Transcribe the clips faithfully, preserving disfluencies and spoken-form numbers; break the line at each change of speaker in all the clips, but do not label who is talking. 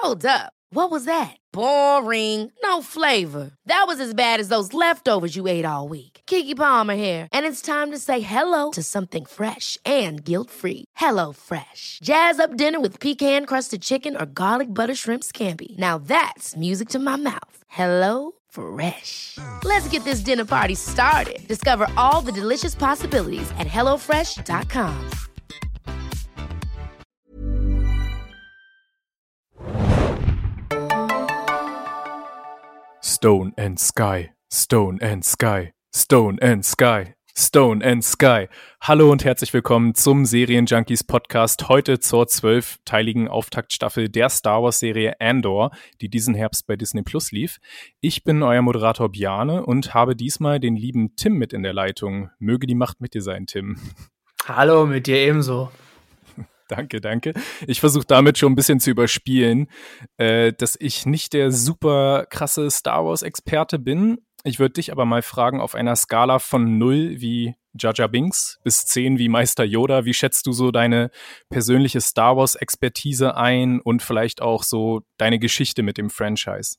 Hold up. What was that? Boring. No flavor. That was as bad as those leftovers you ate all week. Keke Palmer here. And it's time to say hello to something fresh and guilt-free. Hello Fresh. Jazz up dinner with pecan-crusted chicken or garlic butter shrimp scampi. Now that's music to my mouth. Hello Fresh. Let's get this dinner party started. Discover all the delicious possibilities at hello fresh dot com.
Stone and Sky, Stone and Sky, Stone and Sky, Stone and Sky. Hallo und herzlich willkommen zum Serienjunkies Podcast, heute zur zwölfteiligen Auftaktstaffel der Star Wars Serie Andor, die diesen Herbst bei Disney Plus lief. Ich bin euer Moderator Bjarne und habe diesmal den lieben Tim mit in der Leitung. Möge die Macht mit dir sein, Tim.
Hallo, mit dir ebenso.
Danke, danke. Ich versuche damit schon ein bisschen zu überspielen, äh, dass ich nicht der super krasse Star Wars-Experte bin. Ich würde dich aber mal fragen, auf einer Skala von null wie Jar Jar Binks bis zehn wie Meister Yoda, wie schätzt du so deine persönliche Star Wars-Expertise ein und vielleicht auch so deine Geschichte mit dem Franchise?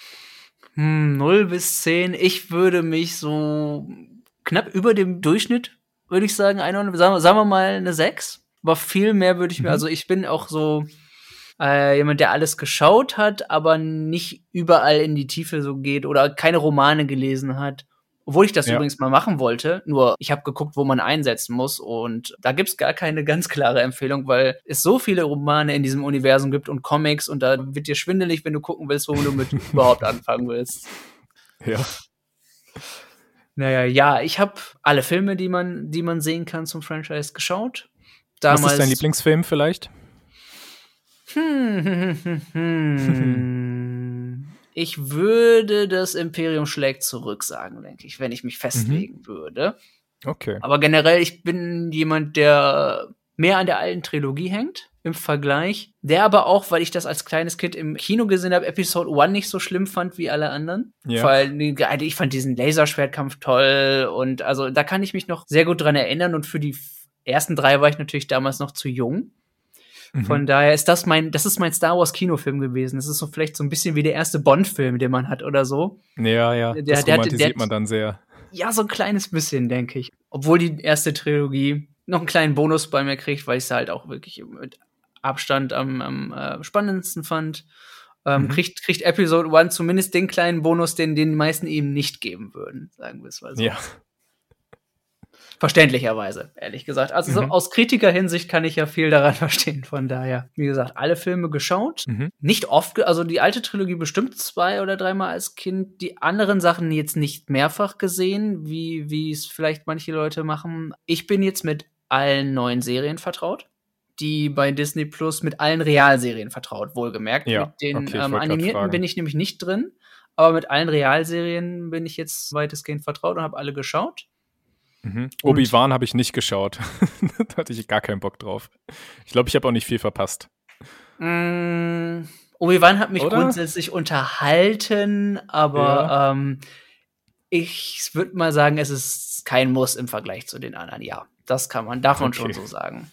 Hm, null bis zehn, ich würde mich so knapp über dem Durchschnitt, würde ich sagen, einordnen. Sagen, sagen wir mal eine sechs. Aber viel mehr würde ich mir, mhm. also ich bin auch so äh, jemand, der alles geschaut hat, aber nicht überall in die Tiefe so geht oder keine Romane gelesen hat. Obwohl ich das ja. übrigens mal machen wollte, nur ich habe geguckt, wo man einsetzen muss und da gibt's gar keine ganz klare Empfehlung, weil es so viele Romane in diesem Universum gibt und Comics und da wird dir schwindelig, wenn du gucken willst, wo du mit überhaupt anfangen willst.
Ja.
Naja, ja, ich habe alle Filme, die man, die man sehen kann zum Franchise geschaut. Damals
Was ist dein Lieblingsfilm vielleicht?
Hm, hm, hm, hm. Ich würde das Imperium schlägt zurück sagen, denke ich, wenn ich mich festlegen mhm. würde.
Okay.
Aber generell, ich bin jemand, der mehr an der alten Trilogie hängt im Vergleich. Der aber auch, weil ich das als kleines Kind im Kino gesehen habe, Episode eins nicht so schlimm fand wie alle anderen. Ja. Weil ich fand diesen Laserschwertkampf toll und also da kann ich mich noch sehr gut dran erinnern und für die ersten drei war ich natürlich damals noch zu jung. Mhm. Von daher ist das mein, das ist mein Star Wars Kinofilm gewesen. Das ist so vielleicht so ein bisschen wie der erste Bond-Film, den man hat oder so.
Ja, ja,
der,
das
der,
romantisiert der, der, man dann sehr.
Ja, so ein kleines bisschen, denke ich. Obwohl die erste Trilogie noch einen kleinen Bonus bei mir kriegt, weil ich es halt auch wirklich mit Abstand am, am äh, spannendsten fand. Ähm, mhm. kriegt, kriegt Episode eins zumindest den kleinen Bonus, den den meisten eben nicht geben würden, sagen wir es mal so.
Ja.
Verständlicherweise, ehrlich gesagt. Also so
mhm.
aus Kritikerhinsicht kann ich ja viel daran verstehen. Von daher, wie gesagt, alle Filme geschaut. Mhm. Nicht oft, also die alte Trilogie bestimmt zwei oder dreimal als Kind. Die anderen Sachen jetzt nicht mehrfach gesehen, wie wie es vielleicht manche Leute machen. Ich bin jetzt mit allen neuen Serien vertraut, die bei Disney Plus mit allen Realserien vertraut, wohlgemerkt.
Ja.
Mit den
okay,
ähm, animierten bin ich nämlich nicht drin. Aber mit allen Realserien bin ich jetzt weitestgehend vertraut und habe alle geschaut.
Mhm. Obi-Wan habe ich nicht geschaut. Da hatte ich gar keinen Bock drauf. Ich glaube, ich habe auch nicht viel verpasst.
Mm, Obi-Wan hat mich
Oder?
grundsätzlich unterhalten, aber
ja.
ähm, ich würde mal sagen, es ist kein Muss im Vergleich zu den anderen. Ja, das kann man, darf man
okay.
schon so sagen.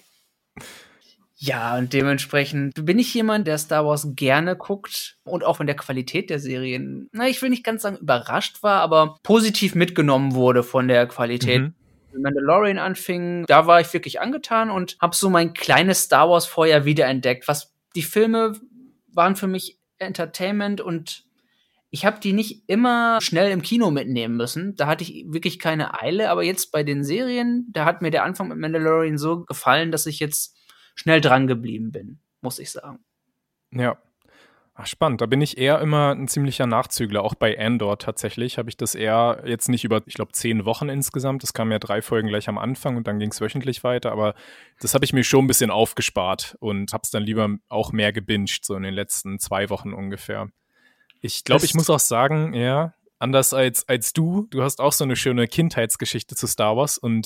Ja, und dementsprechend bin ich jemand, der Star Wars gerne guckt und auch von der Qualität der Serien, na, ich will nicht ganz sagen überrascht war, aber positiv mitgenommen wurde von der Qualität. Mhm. Mandalorian anfing, da war ich wirklich angetan und habe so mein kleines Star Wars Feuer wiederentdeckt. Was die Filme waren für mich Entertainment und ich habe die nicht immer schnell im Kino mitnehmen müssen. Da hatte ich wirklich keine Eile, aber jetzt bei den Serien, da hat mir der Anfang mit Mandalorian so gefallen, dass ich jetzt schnell dran geblieben bin, muss ich sagen.
Ja. Ach, spannend. Da bin ich eher immer ein ziemlicher Nachzügler. Auch bei Andor tatsächlich habe ich das eher jetzt nicht über, ich glaube, zehn Wochen insgesamt. Es kamen ja drei Folgen gleich am Anfang und dann ging es wöchentlich weiter. Aber das habe ich mir schon ein bisschen aufgespart und habe es dann lieber auch mehr gebinged, so in den letzten zwei Wochen ungefähr. Ich glaube, ich muss auch sagen, ja, anders als, als du, du hast auch so eine schöne Kindheitsgeschichte zu Star Wars und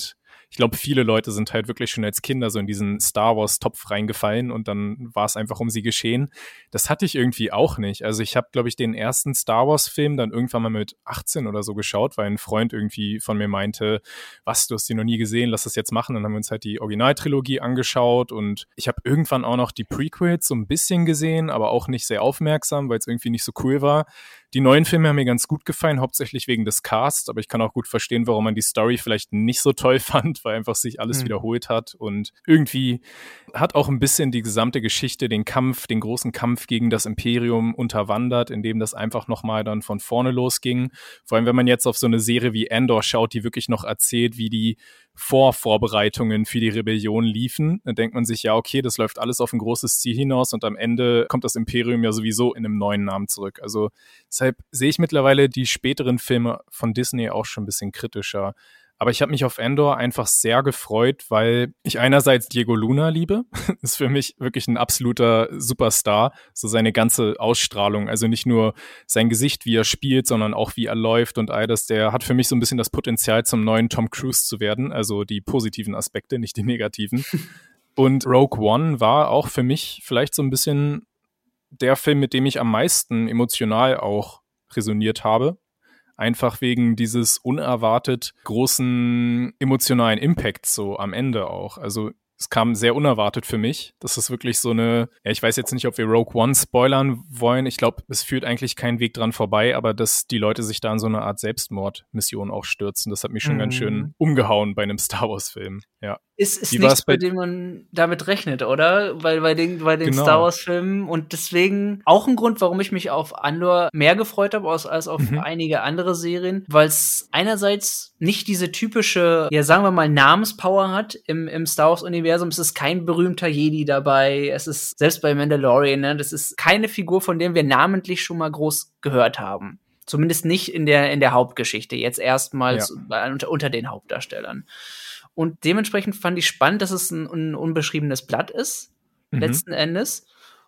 ich glaube, viele Leute sind halt wirklich schon als Kinder so in diesen Star Wars-Topf reingefallen und dann war es einfach um sie geschehen. Das hatte ich irgendwie auch nicht. Also ich habe, glaube ich, den ersten Star Wars-Film dann irgendwann mal mit achtzehn oder so geschaut, weil ein Freund irgendwie von mir meinte, was, du hast die noch nie gesehen, lass das jetzt machen. Dann haben wir uns halt die Originaltrilogie angeschaut und ich habe irgendwann auch noch die Prequels so ein bisschen gesehen, aber auch nicht sehr aufmerksam, weil es irgendwie nicht so cool war. Die neuen Filme haben mir ganz gut gefallen, hauptsächlich wegen des Casts, aber ich kann auch gut verstehen, warum man die Story vielleicht nicht so toll fand, weil einfach sich alles mhm. wiederholt hat und irgendwie hat auch ein bisschen die gesamte Geschichte, den Kampf, den großen Kampf gegen das Imperium unterwandert, indem das einfach nochmal dann von vorne losging. Vor allem, wenn man jetzt auf so eine Serie wie Andor schaut, die wirklich noch erzählt, wie die Vorvorbereitungen für die Rebellion liefen, dann denkt man sich, ja, okay, das läuft alles auf ein großes Ziel hinaus und am Ende kommt das Imperium ja sowieso in einem neuen Namen zurück. Also deshalb sehe ich mittlerweile die späteren Filme von Disney auch schon ein bisschen kritischer. Aber ich habe mich auf Andor einfach sehr gefreut, weil ich einerseits Diego Luna liebe. Ist für mich wirklich ein absoluter Superstar. So seine ganze Ausstrahlung. Also nicht nur sein Gesicht, wie er spielt, sondern auch wie er läuft und all das. Der hat für mich so ein bisschen das Potenzial, zum neuen Tom Cruise zu werden. Also die positiven Aspekte, nicht die negativen. Und Rogue One war auch für mich vielleicht so ein bisschen der Film, mit dem ich am meisten emotional auch resoniert habe. Einfach wegen dieses unerwartet großen emotionalen Impacts so am Ende auch. Also es kam sehr unerwartet für mich. Das ist wirklich so eine, ja, ich weiß jetzt nicht, ob wir Rogue One spoilern wollen. Ich glaube, es führt eigentlich kein Weg dran vorbei, aber dass die Leute sich da in so eine Art Selbstmordmission auch stürzen, das hat mich schon mhm. ganz schön umgehauen bei einem Star Wars-Film. Ja.
Ist, ist nichts, bei, bei dem man damit rechnet, oder? Weil bei den, bei den genau. Star Wars-Filmen und deswegen auch ein Grund, warum ich mich auf Andor mehr gefreut habe als, als auf mhm. einige andere Serien, weil es einerseits nicht diese typische, ja sagen wir mal, Namenspower hat im, im Star Wars-Universum. Es ist kein berühmter Jedi dabei, es ist selbst bei Mandalorian, ne, das ist keine Figur, von der wir namentlich schon mal groß gehört haben. Zumindest nicht in der, in der Hauptgeschichte, jetzt erstmals ja. unter, unter den Hauptdarstellern. Und dementsprechend fand ich spannend, dass es ein, ein unbeschriebenes Blatt ist, mhm. letzten Endes.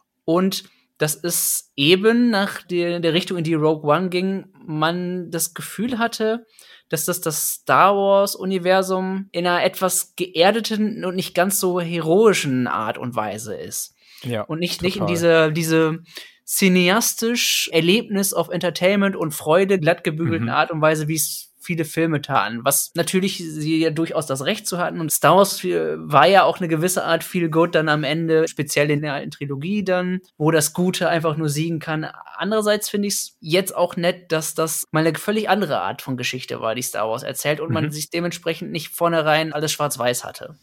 Und dass es eben nach der, der Richtung, in die Rogue One ging, man das Gefühl hatte, dass das das Star Wars-Universum in einer etwas geerdeten und nicht ganz so heroischen Art und Weise ist.
Ja,
und nicht,
total.
nicht in diese, diese cineastisch Erlebnis of Entertainment und Freude glattgebügelten mhm. Art und Weise, wie es viele Filme taten, was natürlich sie ja durchaus das Recht zu hatten. Und Star Wars war ja auch eine gewisse Art Feel Good dann am Ende, speziell in der alten Trilogie dann, wo das Gute einfach nur siegen kann. Andererseits finde ich es jetzt auch nett, dass das mal eine völlig andere Art von Geschichte war, die Star Wars erzählt und mhm. man sich dementsprechend nicht vornherein alles schwarz-weiß hatte.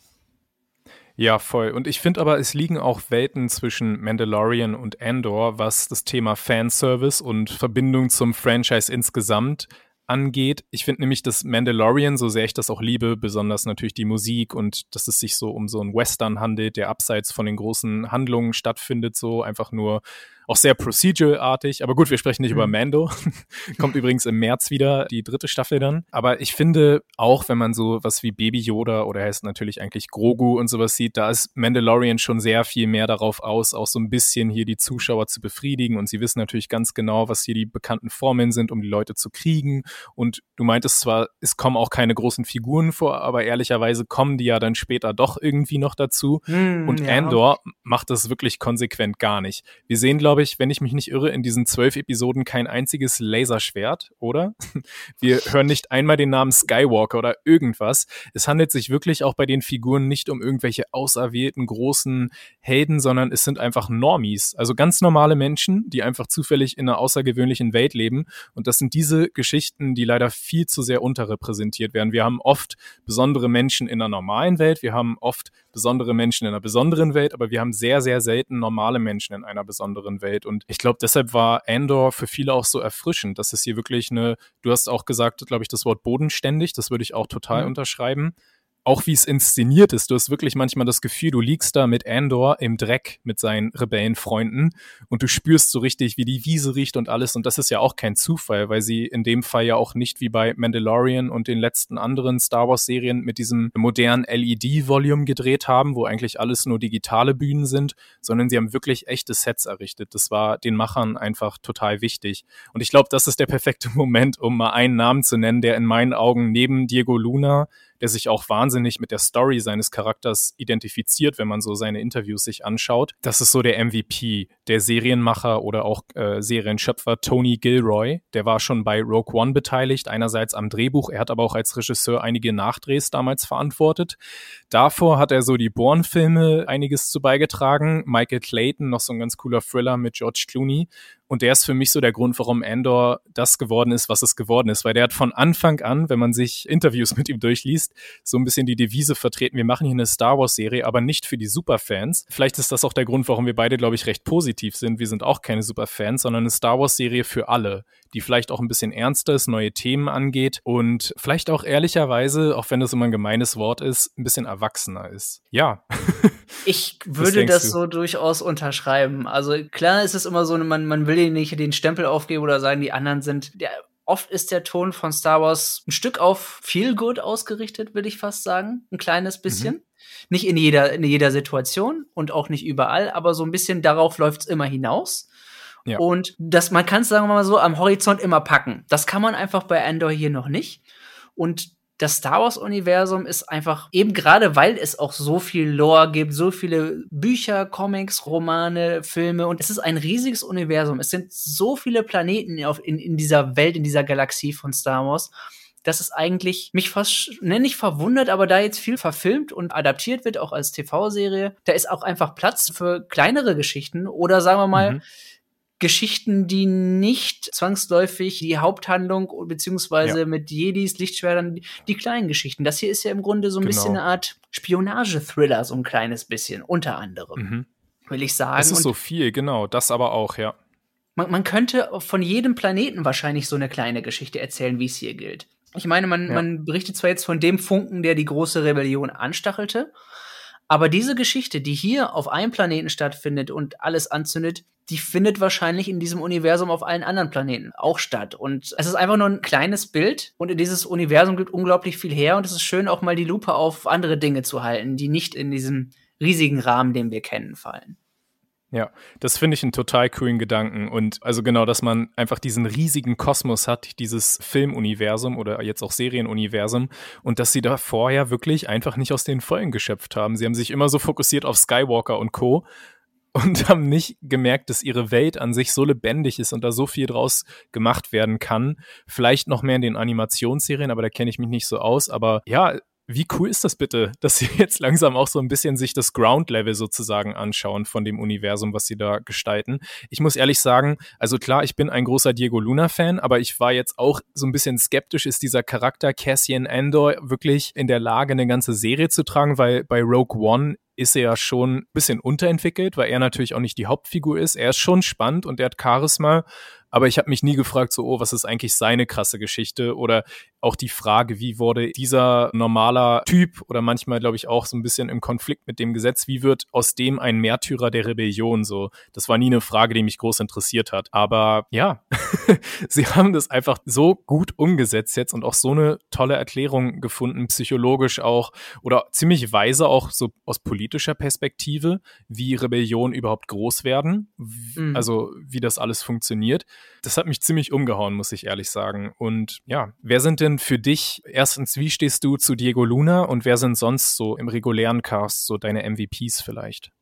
Ja, voll. Und ich finde aber, es liegen auch Welten zwischen Mandalorian und Andor, was das Thema Fanservice und Verbindung zum Franchise insgesamt angeht. Ich finde nämlich, dass Mandalorian, so sehr ich das auch liebe, besonders natürlich die Musik und dass es sich so um so einen Western handelt, der abseits von den großen Handlungen stattfindet, so einfach nur auch sehr procedural-artig. Aber gut, wir sprechen nicht mhm. über Mando. Kommt übrigens im März wieder, die dritte Staffel dann. Aber ich finde, auch wenn man so was wie Baby Yoda oder heißt natürlich eigentlich Grogu und sowas sieht, da ist Mandalorian schon sehr viel mehr darauf aus, auch so ein bisschen hier die Zuschauer zu befriedigen. Und sie wissen natürlich ganz genau, was hier die bekannten Formeln sind, um die Leute zu kriegen. Und du meintest zwar, es kommen auch keine großen Figuren vor, aber ehrlicherweise kommen die ja dann später doch irgendwie noch dazu. Mm, und ja. Andor macht das wirklich konsequent gar nicht. Wir sehen, glaube ich, wenn ich mich nicht irre, in diesen zwölf Episoden kein einziges Laserschwert, oder? Wir hören nicht einmal den Namen Skywalker oder irgendwas. Es handelt sich wirklich auch bei den Figuren nicht um irgendwelche auserwählten großen Helden, sondern es sind einfach Normies, also ganz normale Menschen, die einfach zufällig in einer außergewöhnlichen Welt leben. Und das sind diese Geschichten, die leider viel zu sehr unterrepräsentiert werden. Wir haben oft besondere Menschen in einer normalen Welt, wir haben oft besondere Menschen in einer besonderen Welt, aber wir haben sehr, sehr selten normale Menschen in einer besonderen Welt. Und ich glaube, deshalb war Andor für viele auch so erfrischend, dass es hier wirklich eine, du hast auch gesagt, glaube ich, das Wort bodenständig, das würde ich auch total mhm. unterschreiben. Auch wie es inszeniert ist, du hast wirklich manchmal das Gefühl, du liegst da mit Andor im Dreck mit seinen Rebellenfreunden und du spürst so richtig, wie die Wiese riecht und alles. Und das ist ja auch kein Zufall, weil sie in dem Fall ja auch nicht wie bei Mandalorian und den letzten anderen Star Wars-Serien mit diesem modernen L E D-Volume gedreht haben, wo eigentlich alles nur digitale Bühnen sind, sondern sie haben wirklich echte Sets errichtet. Das war den Machern einfach total wichtig. Und ich glaube, das ist der perfekte Moment, um mal einen Namen zu nennen, der in meinen Augen neben Diego Luna der sich auch wahnsinnig mit der Story seines Charakters identifiziert, wenn man so seine Interviews sich anschaut. Das ist so der M V P, der Serienmacher oder auch äh, Serienschöpfer Tony Gilroy. Der war schon bei Rogue One beteiligt, einerseits am Drehbuch, er hat aber auch als Regisseur einige Nachdrehs damals verantwortet. Davor hat er so die Bourne-Filme einiges zu beigetragen. Michael Clayton, noch so ein ganz cooler Thriller mit George Clooney. Und der ist für mich so der Grund, warum Andor das geworden ist, was es geworden ist. Weil der hat von Anfang an, wenn man sich Interviews mit ihm durchliest, so ein bisschen die Devise vertreten, wir machen hier eine Star-Wars-Serie, aber nicht für die Superfans. Vielleicht ist das auch der Grund, warum wir beide, glaube ich, recht positiv sind. Wir sind auch keine Superfans, sondern eine Star-Wars-Serie für alle, die vielleicht auch ein bisschen ernster ist, neue Themen angeht und vielleicht auch ehrlicherweise, auch wenn das immer ein gemeines Wort ist, ein bisschen erwachsener ist. Ja.
Ich würde das so durchaus unterschreiben. Also klar ist es immer so, man, man will ihnen nicht den Stempel aufgeben oder sagen, die anderen sind. Der, oft ist der Ton von Star Wars ein Stück auf Feel Good ausgerichtet, würde ich fast sagen. Ein kleines bisschen. Mhm. Nicht in jeder, in jeder Situation und auch nicht überall, aber so ein bisschen darauf läuft's immer hinaus. Ja. Und das, man kann es, sagen wir mal so, am Horizont immer packen. Das kann man einfach bei Andor hier noch nicht. Und das Star Wars-Universum ist einfach, eben gerade weil es auch so viel Lore gibt, so viele Bücher, Comics, Romane, Filme und es ist ein riesiges Universum. Es sind so viele Planeten auf, in, in dieser Welt, in dieser Galaxie von Star Wars, dass es eigentlich mich fast, nenne ich verwundert, aber da jetzt viel verfilmt und adaptiert wird, auch als T V-Serie, da ist auch einfach Platz für kleinere Geschichten oder sagen wir mal, mhm. Geschichten, die nicht zwangsläufig die Haupthandlung beziehungsweise ja. mit Jedis, Lichtschwertern, die, die kleinen Geschichten. Das hier ist ja im Grunde so ein genau. bisschen eine Art Spionage-Thriller, so ein kleines bisschen, unter anderem, mhm. will ich sagen.
Es ist Und so viel, genau, das aber auch, ja.
Man, man könnte von jedem Planeten wahrscheinlich so eine kleine Geschichte erzählen, wie es hier gilt. Ich meine, man, ja. man berichtet zwar jetzt von dem Funken, der die große Rebellion anstachelte, aber diese Geschichte, die hier auf einem Planeten stattfindet und alles anzündet, die findet wahrscheinlich in diesem Universum auf allen anderen Planeten auch statt. Und es ist einfach nur ein kleines Bild und in dieses Universum gibt unglaublich viel her und es ist schön, auch mal die Lupe auf andere Dinge zu halten, die nicht in diesem riesigen Rahmen, den wir kennen, fallen.
Ja, das finde ich einen total coolen Gedanken und also genau, dass man einfach diesen riesigen Kosmos hat, dieses Filmuniversum oder jetzt auch Serienuniversum und dass sie da vorher wirklich einfach nicht aus den Vollen geschöpft haben. Sie haben sich immer so fokussiert auf Skywalker und Co. und haben nicht gemerkt, dass ihre Welt an sich so lebendig ist und da so viel draus gemacht werden kann. Vielleicht noch mehr in den Animationsserien, aber da kenne ich mich nicht so aus, aber ja, wie cool ist das bitte, dass sie jetzt langsam auch so ein bisschen sich das Ground-Level sozusagen anschauen von dem Universum, was sie da gestalten. Ich muss ehrlich sagen, also klar, ich bin ein großer Diego Luna-Fan, aber ich war jetzt auch so ein bisschen skeptisch, ist dieser Charakter Cassian Andor wirklich in der Lage, eine ganze Serie zu tragen, weil bei Rogue One ist er ja schon ein bisschen unterentwickelt, weil er natürlich auch nicht die Hauptfigur ist. Er ist schon spannend und er hat Charisma, aber ich habe mich nie gefragt, so, oh, was ist eigentlich seine krasse Geschichte? Oder auch die Frage, wie wurde dieser normaler Typ oder manchmal, glaube ich, auch so ein bisschen im Konflikt mit dem Gesetz, wie wird aus dem ein Märtyrer der Rebellion? So, das war nie eine Frage, die mich groß interessiert hat. Aber ja, sie haben das einfach so gut umgesetzt jetzt und auch so eine tolle Erklärung gefunden, psychologisch auch oder ziemlich weise auch so aus politischer Perspektive, wie Rebellion überhaupt groß werden, mhm. also wie das alles funktioniert. Das hat mich ziemlich umgehauen, muss ich ehrlich sagen. Und ja, wer sind denn für dich, erstens, wie stehst du zu Diego Luna und wer sind sonst so im regulären Cast so deine M V Ps vielleicht?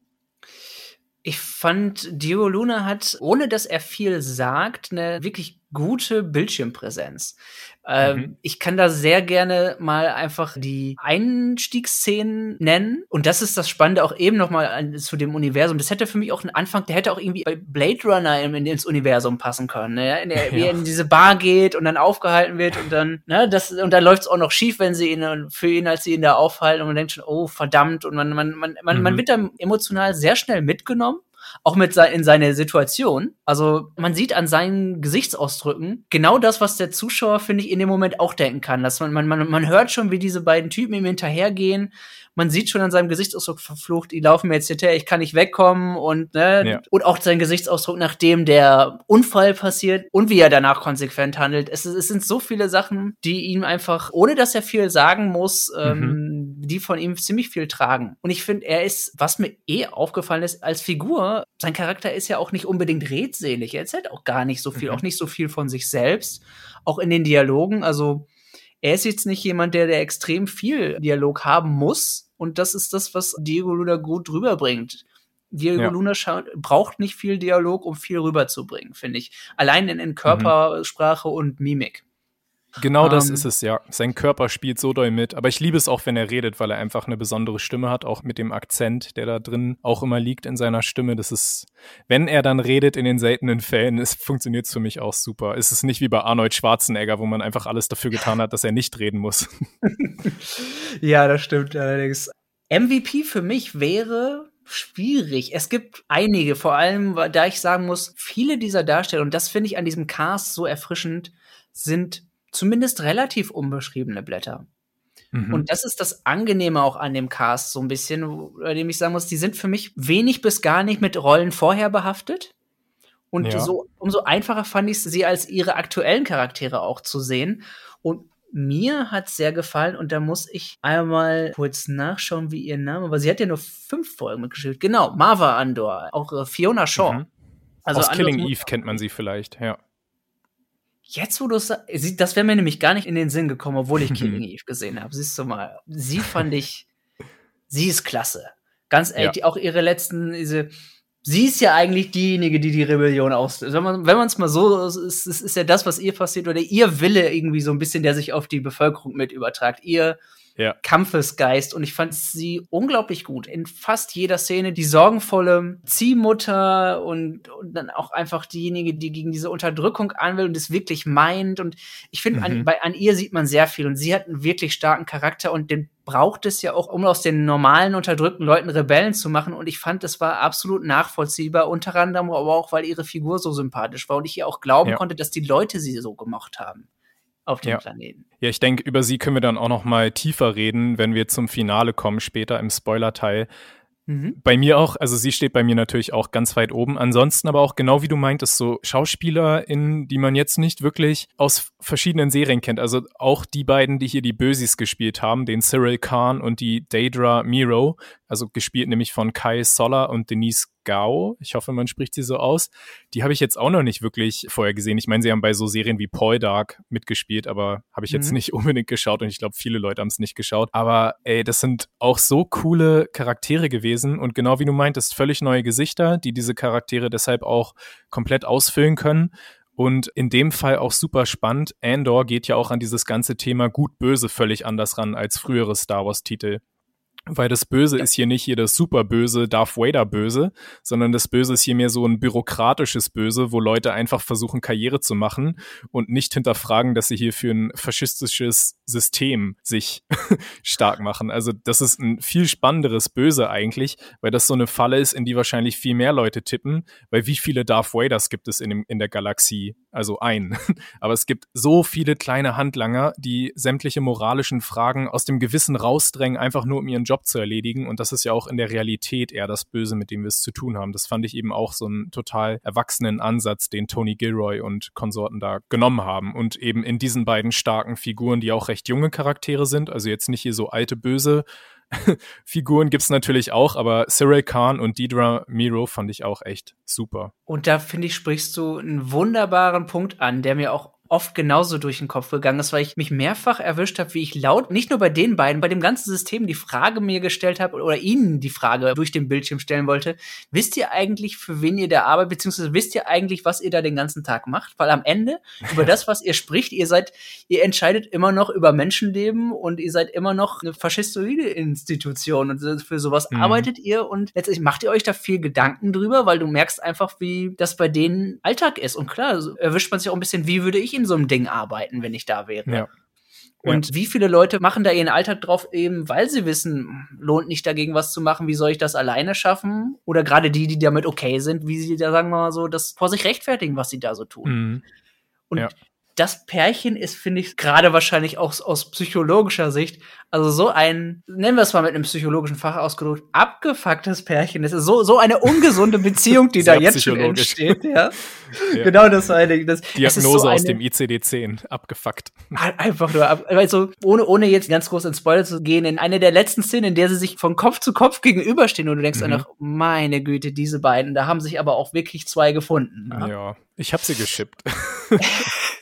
Ich fand, Diego Luna hat, ohne dass er viel sagt, eine wirklich gute Bildschirmpräsenz. Ähm, mhm. Ich kann da sehr gerne mal einfach die Einstiegsszenen nennen. Und das ist das Spannende auch eben noch mal zu dem Universum. Das hätte für mich auch einen Anfang, der hätte auch irgendwie bei Blade Runner in, in, ins Universum passen können. Ne? In der, ja. Wie er in diese Bar geht und dann aufgehalten wird und dann, ne, das, und dann läuft's auch noch schief, wenn sie ihn, für ihn, als sie ihn da aufhalten und man denkt schon, oh, verdammt. Und man, man, man, man, mhm. man wird dann emotional sehr schnell mitgenommen. Auch mit se- in seine Situation. Also man sieht an seinen Gesichtsausdrücken genau das, was der Zuschauer, finde ich, in dem Moment auch denken kann. Dass man, man, man, man hört schon, wie diese beiden Typen ihm hinterhergehen. Man sieht schon an seinem Gesichtsausdruck verflucht, die laufen mir jetzt hinterher, ich kann nicht wegkommen und ne, ja. Und auch sein Gesichtsausdruck, nachdem der Unfall passiert und wie er danach konsequent handelt. Es, es sind so viele Sachen, die ihm einfach, ohne dass er viel sagen muss, mhm. ähm, die von ihm ziemlich viel tragen. Und ich finde, er ist, was mir eh aufgefallen ist, als Figur, sein Charakter ist ja auch nicht unbedingt redselig. Er erzählt auch gar nicht so viel, mhm. auch nicht so viel von sich selbst, auch in den Dialogen. Also er ist jetzt nicht jemand, der, der extrem viel Dialog haben muss. Und das ist das, was Diego Luna gut rüberbringt. Diego ja. Luna scha- braucht nicht viel Dialog, um viel rüberzubringen, finde ich. Allein in, in Körpersprache mhm. und Mimik.
Genau um, das
Ähm,
ist es, ja. Sein Körper spielt so doll mit. Aber ich liebe es auch, wenn er redet, weil er einfach eine besondere Stimme hat, auch mit dem Akzent, der da drin auch immer liegt in seiner Stimme. Das ist, wenn er dann redet in den seltenen Fällen, es funktioniert für mich auch super. Es ist nicht wie bei Arnold Schwarzenegger, wo man einfach alles dafür getan hat, dass er nicht reden muss.
Ja, das stimmt allerdings. M V P für mich wäre schwierig. Es gibt einige, vor allem, da ich sagen muss, viele dieser Darsteller, und das finde ich an diesem Cast so erfrischend, sind zumindest relativ unbeschriebene Blätter. Mhm. Und das ist das Angenehme auch an dem Cast so ein bisschen, bei dem ich sagen muss, die sind für mich wenig bis gar nicht mit Rollen vorher behaftet. Und ja. so umso einfacher fand ich es, sie als ihre aktuellen Charaktere auch zu sehen. Und mir hat sehr gefallen, und da muss ich einmal kurz nachschauen, wie ihr Name war. Sie hat ja nur fünf Folgen mitgespielt. Genau, Marva Andor, auch äh, Fiona Shaw.
Mhm. Also aus Killing Eve kennt man sie vielleicht, ja.
Jetzt, wo du es sagst, das wäre mir nämlich gar nicht in den Sinn gekommen, obwohl ich Killing Eve gesehen habe. Siehst du mal, sie fand ich, sie ist klasse. Ganz ehrlich, ja. Auch ihre letzten, diese, sie ist ja eigentlich diejenige, die die Rebellion auslöst. Wenn man, wenn man es mal so, ist, ist, ist ja das, was ihr passiert, oder ihr Wille irgendwie so ein bisschen, der sich auf die Bevölkerung mit übertragt. Ihr ja. Kampfesgeist, und ich fand sie unglaublich gut. In fast jeder Szene die sorgenvolle Ziehmutter und, und dann auch einfach diejenige, die gegen diese Unterdrückung an will und es wirklich meint. Und ich finde, mhm. an, bei, an ihr sieht man sehr viel, und sie hat einen wirklich starken Charakter, und den braucht es ja auch, um aus den normalen unterdrückten Leuten Rebellen zu machen. Und ich fand, es war absolut nachvollziehbar, unter anderem aber auch, weil ihre Figur so sympathisch war und ich ihr auch glauben ja. konnte, dass die Leute sie so gemocht haben. Auf dem
ja.
Planeten.
Ja, ich denke, über sie können wir dann auch noch mal tiefer reden, wenn wir zum Finale kommen, später im Spoiler-Teil. Mhm. Bei mir auch, also sie steht bei mir natürlich auch ganz weit oben. Ansonsten aber auch, genau wie du meintest, so SchauspielerInnen, die man jetzt nicht wirklich aus verschiedenen Serien kennt. Also auch die beiden, die hier die Bösis gespielt haben, den Cyril Khan und die Deidre Miro, also gespielt nämlich von Kai Soller und Denise Gao, ich hoffe, man spricht sie so aus, die habe ich jetzt auch noch nicht wirklich vorher gesehen. Ich meine, sie haben bei so Serien wie Poldark mitgespielt, aber habe ich jetzt mhm. nicht unbedingt geschaut, und ich glaube, viele Leute haben es nicht geschaut. Aber ey, das sind auch so coole Charaktere gewesen, und genau wie du meintest, völlig neue Gesichter, die diese Charaktere deshalb auch komplett ausfüllen können. Und in dem Fall auch super spannend, Andor geht ja auch an dieses ganze Thema Gut-Böse völlig anders ran als frühere Star Wars-Titel. Weil das Böse ja. ist hier nicht hier das superböse Darth Vader Böse, sondern das Böse ist hier mehr so ein bürokratisches Böse, wo Leute einfach versuchen, Karriere zu machen und nicht hinterfragen, dass sie hier für ein faschistisches System sich stark machen. Also das ist ein viel spannenderes Böse eigentlich, weil das so eine Falle ist, in die wahrscheinlich viel mehr Leute tippen, weil wie viele Darth Vaders gibt es in, dem, in der Galaxie? Also einen. Aber es gibt so viele kleine Handlanger, die sämtliche moralischen Fragen aus dem Gewissen rausdrängen, einfach nur um ihren Job zu erledigen, und das ist ja auch in der Realität eher das Böse, mit dem wir es zu tun haben. Das fand ich eben auch so einen total erwachsenen Ansatz, den Tony Gilroy und Konsorten da genommen haben, und eben in diesen beiden starken Figuren, die auch recht junge Charaktere sind, also jetzt nicht hier so alte Böse Figuren gibt's natürlich auch, aber Cyril Khan und Deidre Miro fand ich auch echt super.
Und da, finde ich, sprichst du einen wunderbaren Punkt an, der mir auch oft genauso durch den Kopf gegangen ist, weil ich mich mehrfach erwischt habe, wie ich laut, nicht nur bei den beiden, bei dem ganzen System die Frage mir gestellt habe oder ihnen die Frage durch den Bildschirm stellen wollte, wisst ihr eigentlich, für wen ihr da arbeitet, beziehungsweise wisst ihr eigentlich, was ihr da den ganzen Tag macht? Weil am Ende, über das, was ihr spricht, ihr seid, ihr entscheidet immer noch über Menschenleben, und ihr seid immer noch eine faschistoide Institution, und für sowas mhm. arbeitet ihr, und letztendlich macht ihr euch da viel Gedanken drüber, weil du merkst einfach, wie das bei denen Alltag ist. Und klar, so erwischt man sich auch ein bisschen, wie würde ich in so einem Ding arbeiten, wenn ich da wäre.
Ja.
Und ja. wie viele Leute machen da ihren Alltag drauf, eben weil sie wissen, lohnt nicht dagegen was zu machen, wie soll ich das alleine schaffen? Oder gerade die, die damit okay sind, wie sie da, sagen wir mal so, das vor sich rechtfertigen, was sie da so tun.
Mhm.
Und
ja.
das Pärchen ist, finde ich, gerade wahrscheinlich auch aus psychologischer Sicht, also so ein, nennen wir es mal mit einem psychologischen Fach ausgedrückt, abgefucktes Pärchen. Das ist so, so eine ungesunde Beziehung, die da jetzt schon entsteht. Ja? ja. Genau das eine. Das,
Diagnose
so
aus
eine,
dem I C D zehn, abgefuckt.
Einfach nur, ab, also ohne, ohne jetzt ganz groß ins Spoiler zu gehen, in eine der letzten Szenen, in der sie sich von Kopf zu Kopf gegenüberstehen, und du denkst mhm. einfach, meine Güte, diese beiden, da haben sich aber auch wirklich zwei gefunden.
Ja,
ja.
ich habe sie geschippt.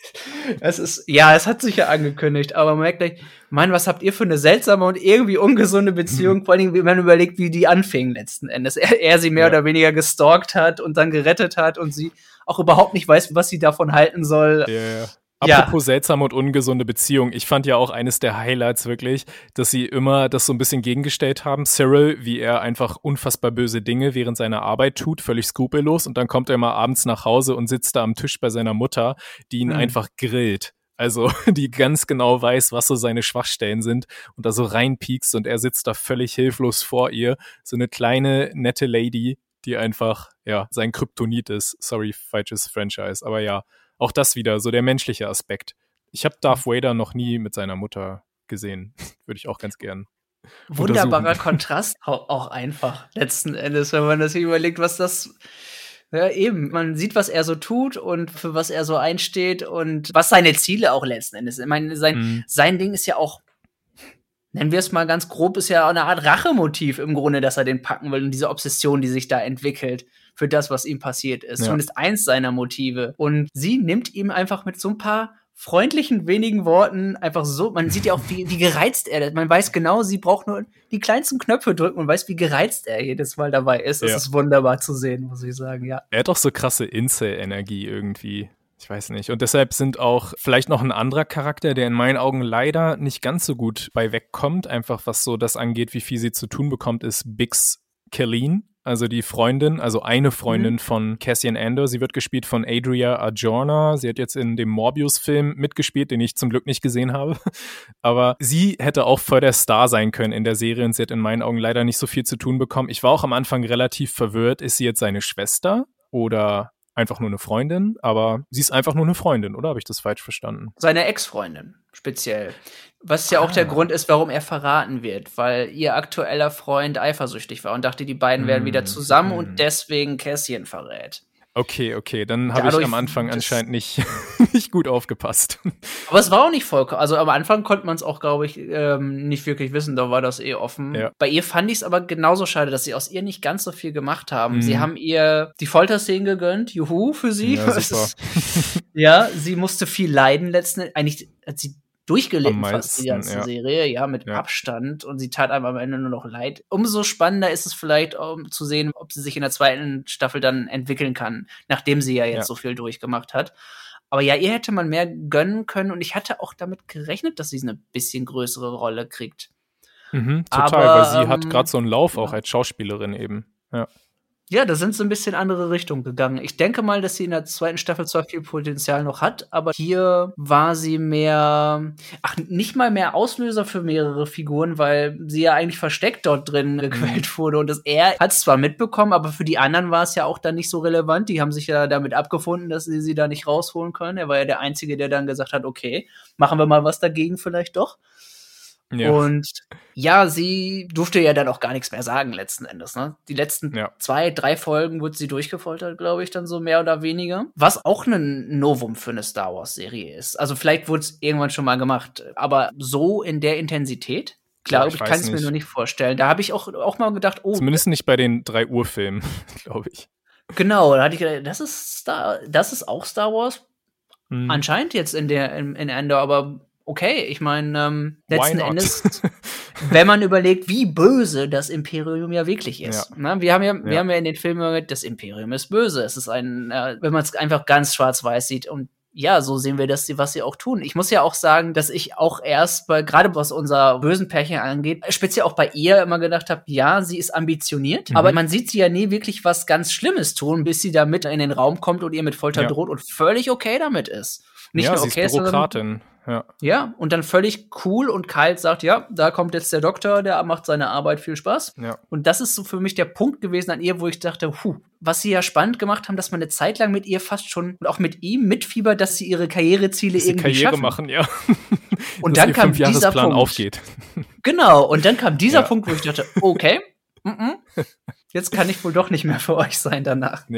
Es ist, ja, es hat sich ja angekündigt, aber man merkt gleich, Mann, was habt ihr für eine seltsame und irgendwie ungesunde Beziehung, mhm. vor allem, wenn man überlegt, wie die anfing letzten Endes. Er, er sie mehr ja. oder weniger gestalkt hat und dann gerettet hat und sie auch überhaupt nicht weiß, was sie davon halten soll.
Ja, ja. Apropos ja. seltsame und ungesunde Beziehung. Ich fand ja auch eines der Highlights wirklich, dass sie immer das so ein bisschen gegengestellt haben. Cyril, wie er einfach unfassbar böse Dinge während seiner Arbeit tut, völlig skrupellos. Und dann kommt er immer abends nach Hause und sitzt da am Tisch bei seiner Mutter, die ihn mhm. einfach grillt. Also die ganz genau weiß, was so seine Schwachstellen sind und da so reinpiekst und er sitzt da völlig hilflos vor ihr. So eine kleine, nette Lady, die einfach, ja, sein Kryptonit ist. Sorry, falsches Franchise, aber ja. Auch das wieder, so der menschliche Aspekt. Ich habe Darth Vader noch nie mit seiner Mutter gesehen. Würde ich auch ganz gern.
Wunderbarer Kontrast, auch, auch einfach, letzten Endes, wenn man das hier überlegt, was das, ja eben, man sieht, was er so tut und für was er so einsteht und was seine Ziele auch letzten Endes. Ich meine, sein, mhm. sein Ding ist ja auch, nennen wir es mal ganz grob, ist ja eine Art Rachemotiv im Grunde, dass er den packen will und diese Obsession, die sich da entwickelt für das, was ihm passiert ist. Ja. Zumindest eins seiner Motive. Und sie nimmt ihm einfach mit so ein paar freundlichen, wenigen Worten einfach so, man sieht ja auch, wie, wie gereizt er ist. Man weiß genau, sie braucht nur die kleinsten Knöpfe drücken und weiß, wie gereizt er jedes Mal dabei ist. Das ja. ist wunderbar zu sehen, muss ich sagen, ja.
Er hat doch so krasse Incel-Energie irgendwie. Ich weiß nicht. Und deshalb sind auch vielleicht noch ein anderer Charakter, der in meinen Augen leider nicht ganz so gut bei wegkommt, einfach was so das angeht, wie viel sie zu tun bekommt, ist Bix Caleen. Also die Freundin, also eine Freundin mhm. von Cassian Andor. Sie wird gespielt von Adria Arjona. Sie hat jetzt in dem Morbius-Film mitgespielt, den ich zum Glück nicht gesehen habe. Aber sie hätte auch voll der Star sein können in der Serie und sie hat in meinen Augen leider nicht so viel zu tun bekommen. Ich war auch am Anfang relativ verwirrt. Ist sie jetzt seine Schwester oder einfach nur eine Freundin? Aber sie ist einfach nur eine Freundin, oder? Habe ich das falsch verstanden?
Seine Ex-Freundin, speziell. Was ja auch ah. der Grund ist, warum er verraten wird, weil ihr aktueller Freund eifersüchtig war und dachte, die beiden mm. wären wieder zusammen mm. und deswegen Cassian verrät.
Okay, okay, dann habe ich am Anfang anscheinend nicht, nicht gut aufgepasst.
Aber es war auch nicht vollkommen, also am Anfang konnte man es auch, glaube ich, ähm, nicht wirklich wissen, da war das eh offen. Ja. Bei ihr fand ich es aber genauso schade, dass sie aus ihr nicht ganz so viel gemacht haben. Mhm. Sie haben ihr die Folterszenen gegönnt, juhu, für sie.
Ja, super.
Ja, sie musste viel leiden letzten Endes. Eigentlich hat sie durchgelitten meisten, fast die ganze ja. Serie, ja, mit ja. Abstand. Und sie tat einem am Ende nur noch leid. Umso spannender ist es vielleicht, um zu sehen, ob sie sich in der zweiten Staffel dann entwickeln kann, nachdem sie ja jetzt ja. so viel durchgemacht hat. Aber ja, ihr hätte man mehr gönnen können und ich hatte auch damit gerechnet, dass sie eine bisschen größere Rolle kriegt.
Mhm, total, aber, weil sie ähm, hat gerade so einen Lauf ja. auch als Schauspielerin eben. Ja.
Ja, da sind sie ein bisschen andere Richtung gegangen. Ich denke mal, dass sie in der zweiten Staffel zwar viel Potenzial noch hat, aber hier war sie mehr, ach, nicht mal mehr Auslöser für mehrere Figuren, weil sie ja eigentlich versteckt dort drin gequält wurde. Und das er hat es zwar mitbekommen, aber für die anderen war es ja auch dann nicht so relevant. Die haben sich ja damit abgefunden, dass sie sie da nicht rausholen können. Er war ja der Einzige, der dann gesagt hat, okay, machen wir mal was dagegen vielleicht doch. Ja. Und ja, sie durfte ja dann auch gar nichts mehr sagen letzten Endes. Ne? Die letzten ja. zwei, drei Folgen wurde sie durchgefoltert, glaube ich, dann so mehr oder weniger. Was auch ein Novum für eine Star Wars-Serie ist. Also vielleicht wurde es irgendwann schon mal gemacht, aber so in der Intensität, glaube ja, ich, ich kann es mir nur nicht vorstellen. Da habe ich auch, auch mal gedacht, oh.
Zumindest nicht bei den drei Uhr Filmen, glaube ich.
Genau, da hatte ich gedacht, das ist Star, das ist auch Star Wars. Hm. Anscheinend jetzt in der in, in Endor, aber okay, ich meine, ähm, letzten Endes, wenn man überlegt, wie böse das Imperium ja wirklich ist. Ja. Ne? Wir haben ja, ja, wir haben ja in den Filmen gesagt, das Imperium ist böse. Es ist ein, äh, wenn man es einfach ganz schwarz-weiß sieht und ja, so sehen wir das, was sie auch tun. Ich muss ja auch sagen, dass ich auch erst, bei, gerade was unser bösen Pärchen angeht, speziell auch bei ihr immer gedacht habe, ja, sie ist ambitioniert, mhm. aber man sieht sie ja nie wirklich was ganz Schlimmes tun, bis sie da mit in den Raum kommt und ihr mit Folter ja. droht und völlig okay damit ist. Nicht
ja,
nur
sie
okay,
ist Bürokratin. Ja.
ja, und dann völlig cool und kalt sagt, ja, da kommt jetzt der Doktor, der macht seine Arbeit, viel Spaß.
Ja.
Und das ist so für mich der Punkt gewesen an ihr, wo ich dachte, puh, was sie ja spannend gemacht haben, dass man eine Zeit lang mit ihr fast schon und auch mit ihm mitfiebert, dass sie ihre Karriereziele dass irgendwie
sie Karriere
schaffen.
machen, ja.
Und dann kam dieser Punkt.
Aufgeht.
Genau, und dann kam dieser
ja.
Punkt, wo ich dachte, okay, m-m, jetzt kann ich wohl doch nicht mehr für euch sein danach.
Ja.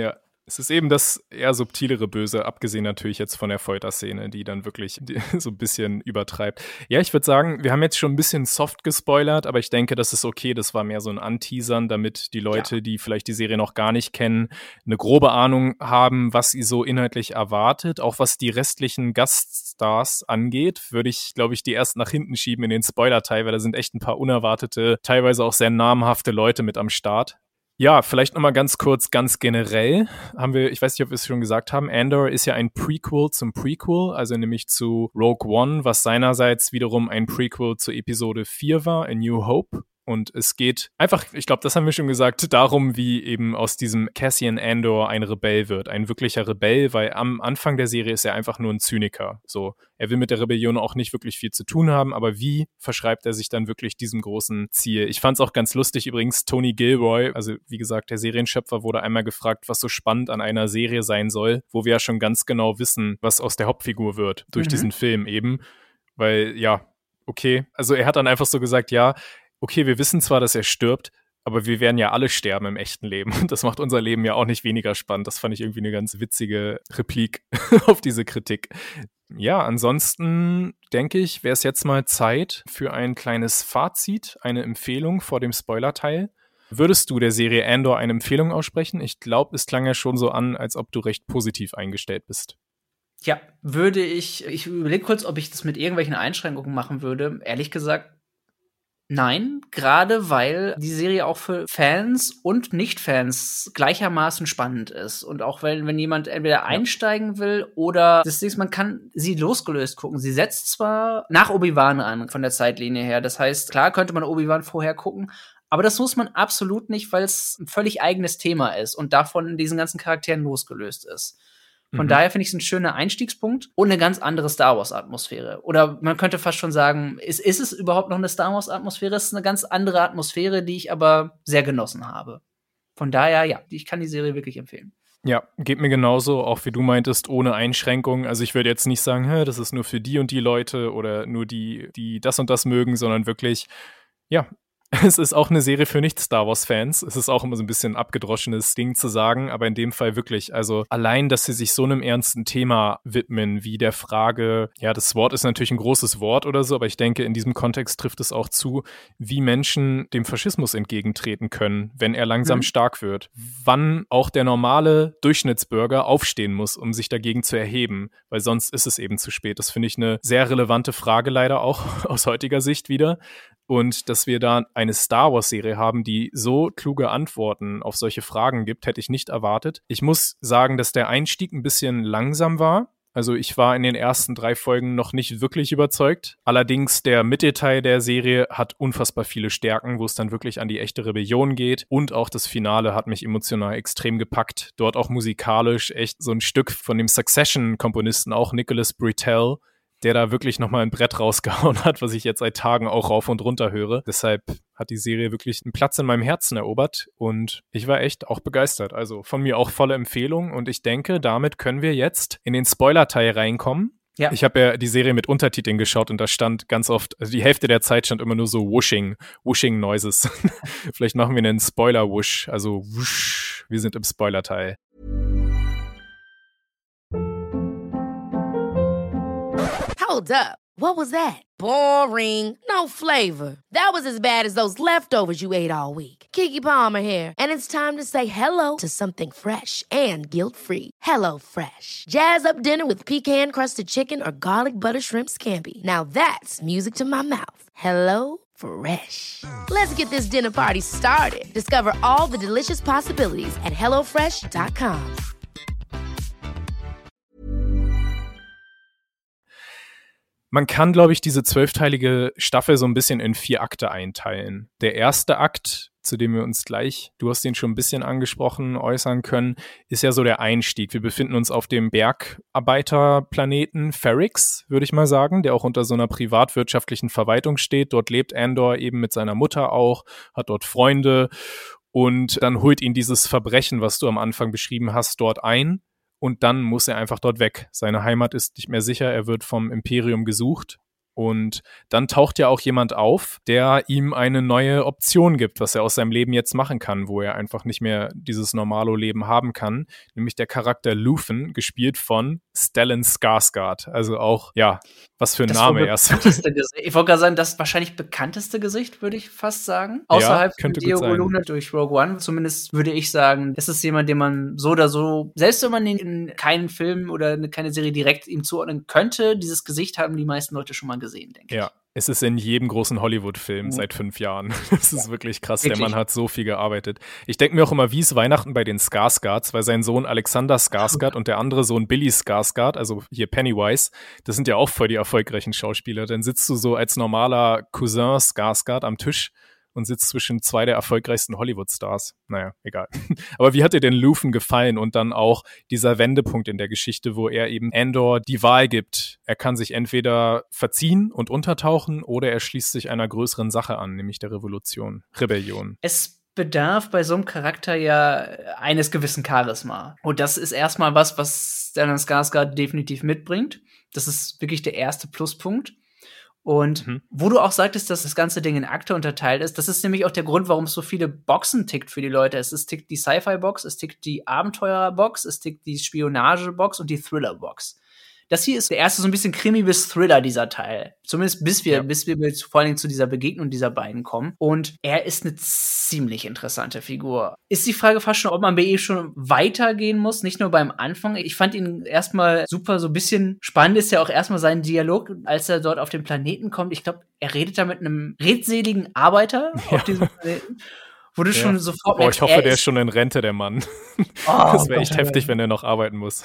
Es ist eben das eher subtilere Böse, abgesehen natürlich jetzt von der Folterszene, die dann wirklich die, so ein bisschen übertreibt. Ja, ich würde sagen, wir haben jetzt schon ein bisschen soft gespoilert, aber ich denke, das ist okay. Das war mehr so ein Anteasern, damit die Leute, ja. die vielleicht die Serie noch gar nicht kennen, eine grobe Ahnung haben, was sie so inhaltlich erwartet. Auch was die restlichen Gaststars angeht, würde ich, glaube ich, die erst nach hinten schieben in den Spoiler-Teil, weil da sind echt ein paar unerwartete, teilweise auch sehr namhafte Leute mit am Start. Ja, vielleicht nochmal ganz kurz, ganz generell haben wir, ich weiß nicht, ob wir es schon gesagt haben, Andor ist ja ein Prequel zum Prequel, also nämlich zu Rogue One, was seinerseits wiederum ein Prequel zu Episode vier war, A New Hope. Und es geht einfach, ich glaube, das haben wir schon gesagt, darum, wie eben aus diesem Cassian Andor ein Rebell wird. Ein wirklicher Rebell, weil am Anfang der Serie ist er einfach nur ein Zyniker. So, er will mit der Rebellion auch nicht wirklich viel zu tun haben, aber wie verschreibt er sich dann wirklich diesem großen Ziel? Ich fand es auch ganz lustig übrigens, Tony Gilroy, also wie gesagt, der Serienschöpfer, wurde einmal gefragt, was so spannend an einer Serie sein soll, wo wir ja schon ganz genau wissen, was aus der Hauptfigur wird, durch mhm. diesen Film eben. Weil, ja, okay, also er hat dann einfach so gesagt, ja, okay, wir wissen zwar, dass er stirbt, aber wir werden ja alle sterben im echten Leben. Das macht unser Leben ja auch nicht weniger spannend. Das fand ich irgendwie eine ganz witzige Replik auf diese Kritik. Ja, ansonsten denke ich, wäre es jetzt mal Zeit für ein kleines Fazit, eine Empfehlung vor dem Spoiler-Teil. Würdest du der Serie Andor eine Empfehlung aussprechen? Ich glaube, es klang ja schon so an, als ob du recht positiv eingestellt bist.
Ja, würde ich, ich überlege kurz, ob ich das mit irgendwelchen Einschränkungen machen würde. Ehrlich gesagt, nein, gerade weil die Serie auch für Fans und Nicht-Fans gleichermaßen spannend ist. Und auch wenn, wenn jemand entweder ja. einsteigen will oder das ist, man kann sie losgelöst gucken. Sie setzt zwar nach Obi-Wan an, von der Zeitlinie her. Das heißt, klar könnte man Obi-Wan vorher gucken, aber das muss man absolut nicht, weil es ein völlig eigenes Thema ist und davon diesen ganzen Charakteren losgelöst ist. Von mhm. daher finde ich es ein schöner Einstiegspunkt und eine ganz andere Star Wars-Atmosphäre. Oder man könnte fast schon sagen, ist, ist es überhaupt noch eine Star Wars-Atmosphäre? Es ist eine ganz andere Atmosphäre, die ich aber sehr genossen habe. Von daher, ja, ich kann die Serie wirklich empfehlen.
Ja, geht mir genauso, auch wie du meintest, ohne Einschränkungen. Also ich würde jetzt nicht sagen, hä, das ist nur für die und die Leute oder nur die, die das und das mögen, sondern wirklich, ja, es ist auch eine Serie für Nicht-Star Wars-Fans. Es ist auch immer so ein bisschen ein abgedroschenes Ding zu sagen, aber in dem Fall wirklich. Also allein, dass sie sich so einem ernsten Thema widmen, wie der Frage, ja, das Wort ist natürlich ein großes Wort oder so, aber ich denke, in diesem Kontext trifft es auch zu, wie Menschen dem Faschismus entgegentreten können, wenn er langsam mhm. stark wird. Wann auch der normale Durchschnittsbürger aufstehen muss, um sich dagegen zu erheben, weil sonst ist es eben zu spät. Das finde ich eine sehr relevante Frage leider auch aus heutiger Sicht wieder. Und dass wir da eine Star-Wars-Serie haben, die so kluge Antworten auf solche Fragen gibt, hätte ich nicht erwartet. Ich muss sagen, dass der Einstieg ein bisschen langsam war. Also ich war in den ersten drei Folgen noch nicht wirklich überzeugt. Allerdings der Mittelteil der Serie hat unfassbar viele Stärken, wo es dann wirklich an die echte Rebellion geht. Und auch das Finale hat mich emotional extrem gepackt. Dort auch musikalisch echt so ein Stück von dem Succession-Komponisten, auch Nicholas Britell, der da wirklich nochmal ein Brett rausgehauen hat, was ich jetzt seit Tagen auch rauf und runter höre. Deshalb hat die Serie wirklich einen Platz in meinem Herzen erobert und ich war echt auch begeistert. Also von mir auch volle Empfehlung und ich denke, damit können wir jetzt in den Spoiler-Teil reinkommen. Ja. Ich habe ja die Serie mit Untertiteln geschaut und da stand ganz oft, also die Hälfte der Zeit stand immer nur so Whooshing, Whooshing Noises. Vielleicht machen wir einen Spoiler-Whoosh, also Whoosh, wir sind im Spoiler-Teil.
Hold up. What was that? Boring. No flavor. That was as bad as those leftovers you ate all week. Keke Palmer here, and it's time to say hello to something fresh and guilt-free. Hello Fresh. Jazz up dinner with pecan-crusted chicken or garlic butter shrimp scampi. Now that's music to my mouth. Hello Fresh. Let's get this dinner party started. Discover all the delicious possibilities at hello fresh dot com.
Man kann, glaube ich, diese zwölfteilige Staffel so ein bisschen in vier Akte einteilen. Der erste Akt, zu dem wir uns gleich, du hast den schon ein bisschen angesprochen, äußern können, ist ja so der Einstieg. Wir befinden uns auf dem Bergarbeiterplaneten Ferrix, würde ich mal sagen, der auch unter so einer privatwirtschaftlichen Verwaltung steht. Dort lebt Andor eben mit seiner Mutter auch, hat dort Freunde und dann holt ihn dieses Verbrechen, was du am Anfang beschrieben hast, dort ein. Und dann muss er einfach dort weg. Seine Heimat ist nicht mehr sicher, er wird vom Imperium gesucht. Und dann taucht ja auch jemand auf, der ihm eine neue Option gibt, was er aus seinem Leben jetzt machen kann, wo er einfach nicht mehr dieses Normalo-Leben haben kann. Nämlich der Charakter Luthen, gespielt von Stellan Skarsgård. Also auch, ja, was für ein
Das
Name
wohl
erst.
bekannteste Gesicht. Ich wollte gerade sagen, das wahrscheinlich bekannteste Gesicht, würde ich fast sagen. Außerhalb von
könnte gut
Diego
sein.
Luna durch Rogue One. Zumindest würde ich sagen, es ist jemand, den man so oder so, selbst wenn man ihn in keinen Film oder eine, keine Serie direkt ihm zuordnen könnte, dieses Gesicht haben die meisten Leute schon mal gesehen, denke ich.
Ja, es ist in jedem großen Hollywood-Film
Mhm.
seit fünf Jahren. Das ist wirklich krass.
Wirklich.
Der Mann hat so viel gearbeitet. Ich denke mir auch immer, wie ist Weihnachten bei den Skarsgårds, weil sein Sohn Alexander Skarsgård und der andere Sohn Billy Skarsgård, also hier Pennywise, das sind ja auch voll die erfolgreichen Schauspieler. Dann sitzt du so als normaler Cousin Skarsgård am Tisch und sitzt zwischen zwei der erfolgreichsten Hollywood-Stars. Naja, egal. Aber wie hat dir denn Luthen gefallen und dann auch dieser Wendepunkt in der Geschichte, wo er eben Andor die Wahl gibt? Er kann sich entweder verziehen und untertauchen oder er schließt sich einer größeren Sache an, nämlich der Revolution, Rebellion.
Es bedarf bei so einem Charakter ja eines gewissen Charisma. Und das ist erstmal was, was Stellan Skarsgård definitiv mitbringt. Das ist wirklich der erste Pluspunkt. Und
Mhm.
wo du auch sagtest, dass das ganze Ding in Akte unterteilt ist, das ist nämlich auch der Grund, warum es so viele Boxen tickt für die Leute. Es ist, tickt die Sci-Fi-Box, es tickt die Abenteuer-Box, es tickt die Spionage-Box und die Thriller-Box. Das hier ist der erste so ein bisschen Krimi bis Thriller, dieser Teil. Zumindest bis wir,
Ja.
bis wir mit, vor allen Dingen zu dieser Begegnung dieser beiden kommen. Und er ist eine ziemlich interessante Figur. Ist die Frage fast schon, ob man bei ihm schon weitergehen muss, nicht nur beim Anfang. Ich fand ihn erstmal super, so ein bisschen spannend ist ja auch erstmal sein Dialog, als er dort auf den Planeten kommt. Ich glaube, er redet da mit einem redseligen Arbeiter
Ja.
auf diesem Planeten. Wo du
Ja.
schon sofort
Oh,
merkst,
ich hoffe,
er
der
ist
ist schon in Rente, der Mann.
Oh,
Das wäre echt
Gott,
heftig, wenn er noch arbeiten muss.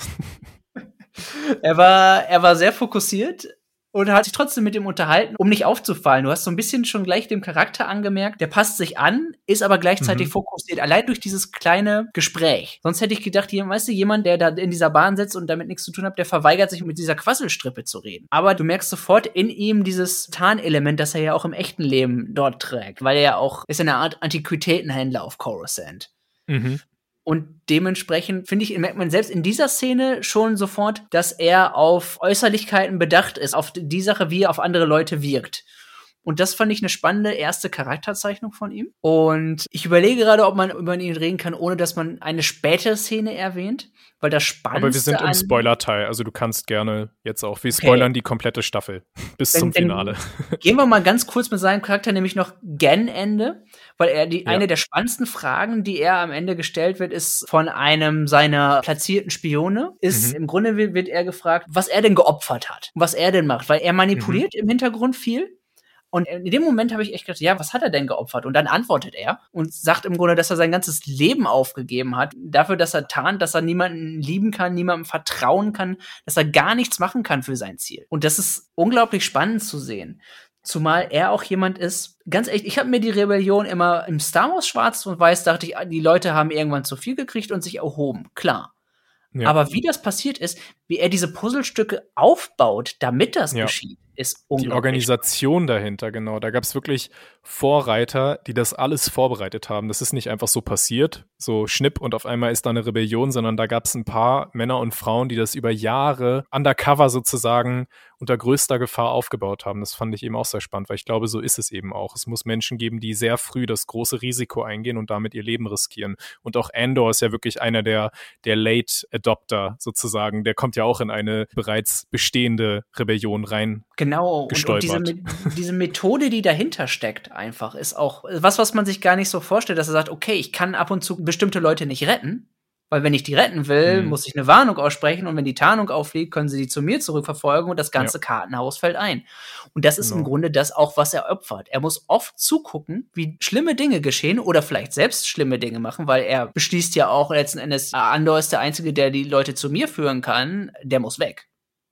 Er war, er war sehr fokussiert und hat sich trotzdem mit ihm unterhalten, um nicht aufzufallen. Du hast so ein bisschen schon gleich dem Charakter angemerkt, der passt sich an, ist aber gleichzeitig
Mhm.
fokussiert, allein durch dieses kleine Gespräch. Sonst hätte ich gedacht, hier, weißt du, jemand, der da in dieser Bahn sitzt und damit nichts zu tun hat, der verweigert sich, mit dieser Quasselstrippe zu reden. Aber du merkst sofort in ihm dieses Tarnelement, das er ja auch im echten Leben dort trägt, weil er ja auch ist eine Art Antiquitätenhändler auf Coruscant.
Mhm.
Und dementsprechend, finde ich, merkt man selbst in dieser Szene schon sofort, dass er auf Äußerlichkeiten bedacht ist, auf die Sache, wie er auf andere Leute wirkt. Und das fand ich eine spannende erste Charakterzeichnung von ihm. Und ich überlege gerade, ob man über ihn reden kann, ohne dass man eine spätere Szene erwähnt. Weil das Spannendste
Aber wir sind im
an-
Spoiler-Teil, also du kannst gerne jetzt auch, wir
Okay.
spoilern die komplette Staffel bis
Wenn-
zum
wenn-
Finale.
Gehen wir mal ganz kurz mit seinem Charakter, nämlich noch gen Ende, weil er die
Ja.
eine der spannendsten Fragen, die er am Ende gestellt wird, ist von einem seiner platzierten Spione. Ist
Mhm.
im Grunde wird, wird er gefragt, was er denn geopfert hat, was er denn macht, weil er manipuliert
Mhm.
im Hintergrund viel. Und in dem Moment habe ich echt gedacht, ja, was hat er denn geopfert? Und dann antwortet er und sagt im Grunde, dass er sein ganzes Leben aufgegeben hat, dafür, dass er tarnt, dass er niemanden lieben kann, niemandem vertrauen kann, dass er gar nichts machen kann für sein Ziel. Und das ist unglaublich spannend zu sehen. Zumal er auch jemand ist, ganz echt, ich habe mir die Rebellion immer im Star Wars schwarz und weiß, dachte ich, die Leute haben irgendwann zu viel gekriegt und sich erhoben. Klar.
Ja.
Aber wie das passiert ist, wie er diese Puzzlestücke aufbaut, damit das
Ja.
geschieht, ist
Die
unglaublich.
Organisation dahinter, genau. Da gab es wirklich Vorreiter, die das alles vorbereitet haben. Das ist nicht einfach so passiert, so schnipp und auf einmal ist da eine Rebellion, sondern da gab es ein paar Männer und Frauen, die das über Jahre undercover sozusagen unter größter Gefahr aufgebaut haben. Das fand ich eben auch sehr spannend, weil ich glaube, so ist es eben auch. Es muss Menschen geben, die sehr früh das große Risiko eingehen und damit ihr Leben riskieren. Und auch Andor ist ja wirklich einer der, der Late Adopter sozusagen. Der kommt ja auch in eine bereits bestehende Rebellion rein.
Genau, und, und diese,
gestolpert.
Me- diese Methode, die dahinter steckt, einfach, ist auch was, was man sich gar nicht so vorstellt, dass er sagt, okay, ich kann ab und zu bestimmte Leute nicht retten, weil wenn ich die retten will,
Mhm.
muss ich eine Warnung aussprechen und wenn die Tarnung aufliegt, können sie die zu mir zurückverfolgen und das ganze Kartenhaus fällt ein. Und das ist im
Genau.
Grunde das auch, was er opfert. Er muss oft zugucken, wie schlimme Dinge geschehen oder vielleicht selbst schlimme Dinge machen, weil er beschließt ja auch letzten Endes, Andor ist der Einzige, der die Leute zu mir führen kann, der muss weg.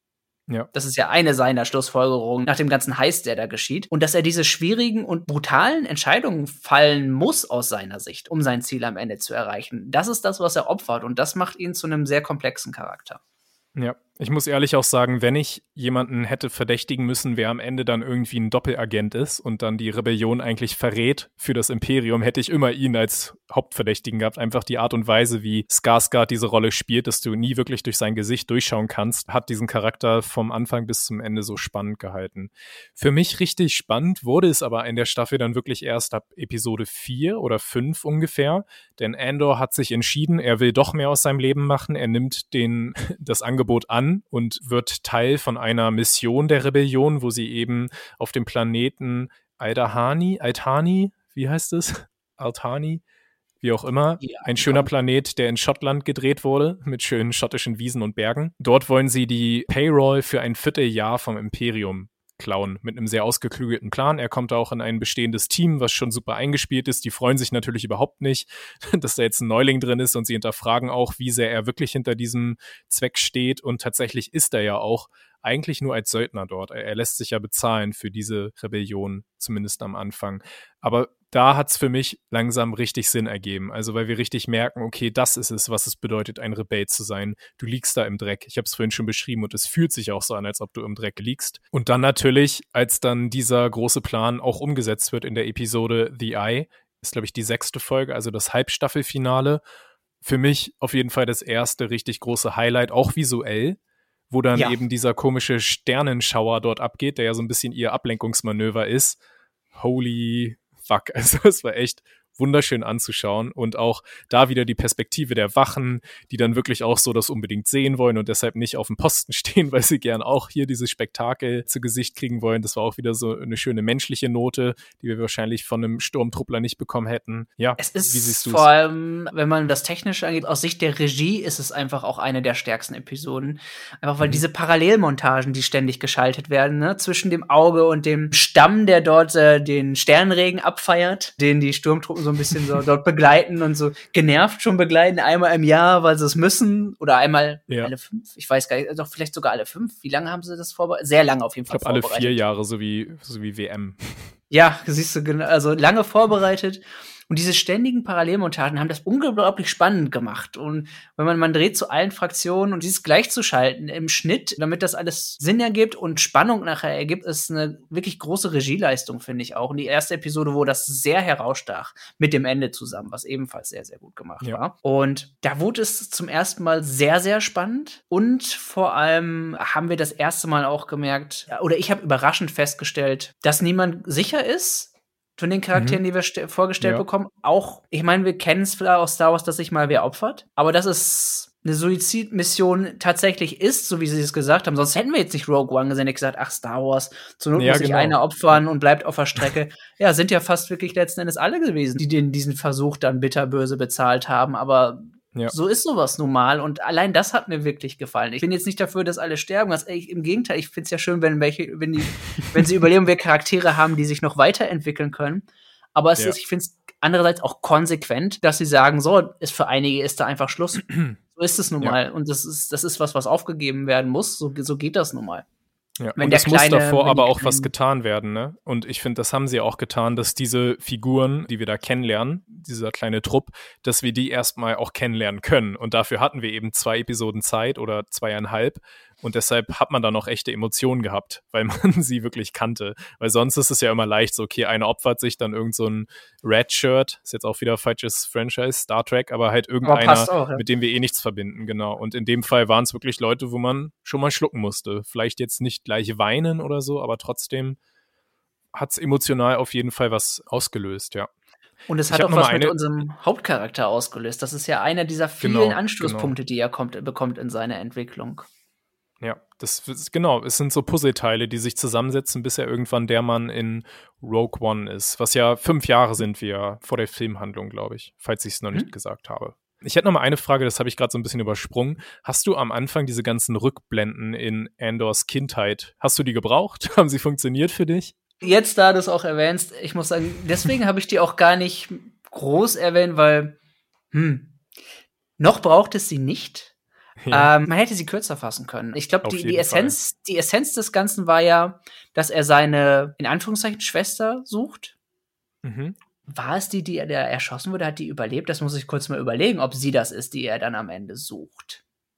Ja.
Das ist ja eine seiner Schlussfolgerungen nach dem ganzen Heiß, der da geschieht. Und dass er diese schwierigen und brutalen Entscheidungen fallen muss aus seiner Sicht, um sein Ziel am Ende zu erreichen. Das ist das, was er opfert. Und das macht ihn zu einem sehr komplexen Charakter.
Ja, Ich muss ehrlich auch sagen, wenn ich jemanden hätte verdächtigen müssen, wer am Ende dann irgendwie ein Doppelagent ist und dann die Rebellion eigentlich verrät für das Imperium, hätte ich immer ihn als Hauptverdächtigen gehabt. Einfach die Art und Weise, wie Skarsgård diese Rolle spielt, dass du nie wirklich durch sein Gesicht durchschauen kannst, hat diesen Charakter vom Anfang bis zum Ende so spannend gehalten. Für mich richtig spannend wurde es aber in der Staffel dann wirklich erst ab Episode vier oder fünf ungefähr, denn Andor hat sich entschieden, er will doch mehr aus seinem Leben machen, er nimmt den, das Angebot an und wird Teil von einer Mission der Rebellion, wo sie eben auf dem Planeten Aldahani, Altani, wie heißt es? Altani, wie auch immer,
Ja,
ein schöner Planet, der in Schottland gedreht wurde, mit schönen schottischen Wiesen und Bergen. Dort wollen sie die Payroll für ein Vierteljahr vom Imperium klauen, mit einem sehr ausgeklügelten Plan. Er kommt auch in ein bestehendes Team, was schon super eingespielt ist. Die freuen sich natürlich überhaupt nicht, dass da jetzt ein Neuling drin ist, und sie hinterfragen auch, wie sehr er wirklich hinter diesem Zweck steht, und tatsächlich ist er ja auch eigentlich nur als Söldner dort. Er, er lässt sich ja bezahlen für diese Rebellion, zumindest am Anfang. Aber da hat's für mich langsam richtig Sinn ergeben. Also weil wir richtig merken, okay, das ist es, was es bedeutet, ein Rebell zu sein. Du liegst da im Dreck. Ich habe es vorhin schon beschrieben und es fühlt sich auch so an, als ob du im Dreck liegst. Und dann natürlich, als dann dieser große Plan auch umgesetzt wird in der Episode The Eye, ist, glaube ich, die sechste Folge, also das Halbstaffelfinale. Für mich auf jeden Fall das erste richtig große Highlight, auch visuell, wo dann
Ja.
eben dieser komische Sternenschauer dort abgeht, der ja so ein bisschen ihr Ablenkungsmanöver ist. Holy fuck, also es war echt wunderschön anzuschauen, und auch da wieder die Perspektive der Wachen, die dann wirklich auch so das unbedingt sehen wollen und deshalb nicht auf dem Posten stehen, weil sie gern auch hier dieses Spektakel zu Gesicht kriegen wollen. Das war auch wieder so eine schöne menschliche Note, die wir wahrscheinlich von einem Sturmtruppler nicht bekommen hätten. Ja,
Es ist
wie siehst du's?
vor allem, wenn man das technisch angeht, aus Sicht der Regie ist es einfach auch eine der stärksten Episoden. Einfach weil
Mhm.
diese Parallelmontagen, die ständig geschaltet werden, ne, zwischen dem Auge und dem Stamm, der dort äh, den Sternregen abfeiert, den die Sturmtruppen so ein bisschen so dort begleiten und so genervt schon begleiten, einmal im Jahr, weil sie es müssen, oder einmal
Ja.
alle fünf, ich weiß gar nicht, doch vielleicht sogar alle fünf. Wie lange haben sie das vorbereitet? Sehr lange auf jeden
Ich
Fall
glaube, alle
vorbereitet.
vier Jahre, so wie, so wie W M.
Ja, siehst du, genau, also lange vorbereitet. Und diese ständigen Parallelmontagen haben das unglaublich spannend gemacht. Und wenn man, man dreht zu allen Fraktionen, und dieses gleichzuschalten im Schnitt, damit das alles Sinn ergibt und Spannung nachher ergibt, ist eine wirklich große Regieleistung, finde ich auch. Und die erste Episode, wo das sehr herausstach, mit dem Ende zusammen, was ebenfalls sehr, sehr gut gemacht
Ja.
war. Und da wurde es zum ersten Mal sehr, sehr spannend. Und vor allem haben wir das erste Mal auch gemerkt, oder ich habe überraschend festgestellt, dass niemand sicher ist von den Charakteren,
Mhm.
die wir st- vorgestellt
Ja.
bekommen. Auch, ich meine, wir kennen es vielleicht aus Star Wars, dass sich mal wer opfert. Aber dass es eine Suizidmission tatsächlich ist, so wie sie es gesagt haben. Sonst hätten wir jetzt nicht Rogue One gesehen, die gesagt, ach, Star Wars, zur Not
Ja,
muss sich
genau.
einer opfern und bleibt auf der Strecke. Ja, sind ja fast wirklich letzten Endes alle gewesen, die den, diesen Versuch dann bitterböse bezahlt haben. Aber
Ja.
so ist sowas nun mal. Und allein das hat mir wirklich gefallen. Ich bin jetzt nicht dafür, dass alle sterben. Das, ich, Im Gegenteil, ich finde es ja schön, wenn welche, wenn die, wenn sie überleben, wir Charaktere haben, die sich noch weiterentwickeln können. Aber es
Ja.
ist, ich finde es andererseits auch konsequent, dass sie sagen, so, ist für einige ist da einfach Schluss. So ist es nun
Ja.
mal. Und das ist, das ist was, was aufgegeben werden muss. So, so geht das nun mal.
Ja,
Wenn
und
der
es muss
kleine-
davor
wenn
aber
die
auch was
kleinen-
getan werden, ne? Und ich finde, das haben sie auch getan, dass diese Figuren, die wir da kennenlernen, dieser kleine Trupp, dass wir die erstmal auch kennenlernen können. Und dafür hatten wir eben zwei Episoden Zeit oder zweieinhalb. Und deshalb hat man da noch echte Emotionen gehabt, weil man sie wirklich kannte. Weil sonst ist es ja immer leicht so, okay, einer opfert sich, dann irgend so ein Red-Shirt, ist jetzt auch wieder falsches Franchise, Star Trek, aber halt irgendeiner,
passt auch, ja.
mit dem wir eh nichts verbinden, genau. Und in dem Fall waren es wirklich Leute, wo man schon mal schlucken musste. Vielleicht jetzt nicht gleich weinen oder so, aber trotzdem hat es emotional auf jeden Fall was ausgelöst, ja.
Und es
Ich
hat
hab
auch
noch
was
mal
mit
eine-
unserem Hauptcharakter ausgelöst. Das ist ja einer dieser vielen
Genau,
Anschlusspunkte, die er kommt, bekommt in seiner Entwicklung.
Ja, das ist genau, es sind so Puzzleteile, die sich zusammensetzen, bis er irgendwann der Mann in Rogue One ist, was ja fünf Jahre sind wir vor der Filmhandlung, glaube ich, falls ich es noch nicht
Mhm.
gesagt habe. Ich hätte noch mal eine Frage, das habe ich gerade so ein bisschen übersprungen. Hast du am Anfang diese ganzen Rückblenden in Andors Kindheit, hast du die gebraucht? Haben sie funktioniert für dich?
Jetzt, da du es auch erwähnst, ich muss sagen, deswegen habe ich die auch gar nicht groß erwähnt, weil, hm, noch braucht es sie nicht.
Ja.
Ähm, man hätte sie kürzer fassen können. Ich glaube,
Auf
die,
jeden
die Essenz, die Essenz des Ganzen war ja, dass er seine, in Anführungszeichen, Schwester sucht.
Mhm.
War es die, die er der erschossen wurde? Hat die überlebt? Das muss ich kurz mal überlegen, ob sie das ist, die er dann am Ende sucht.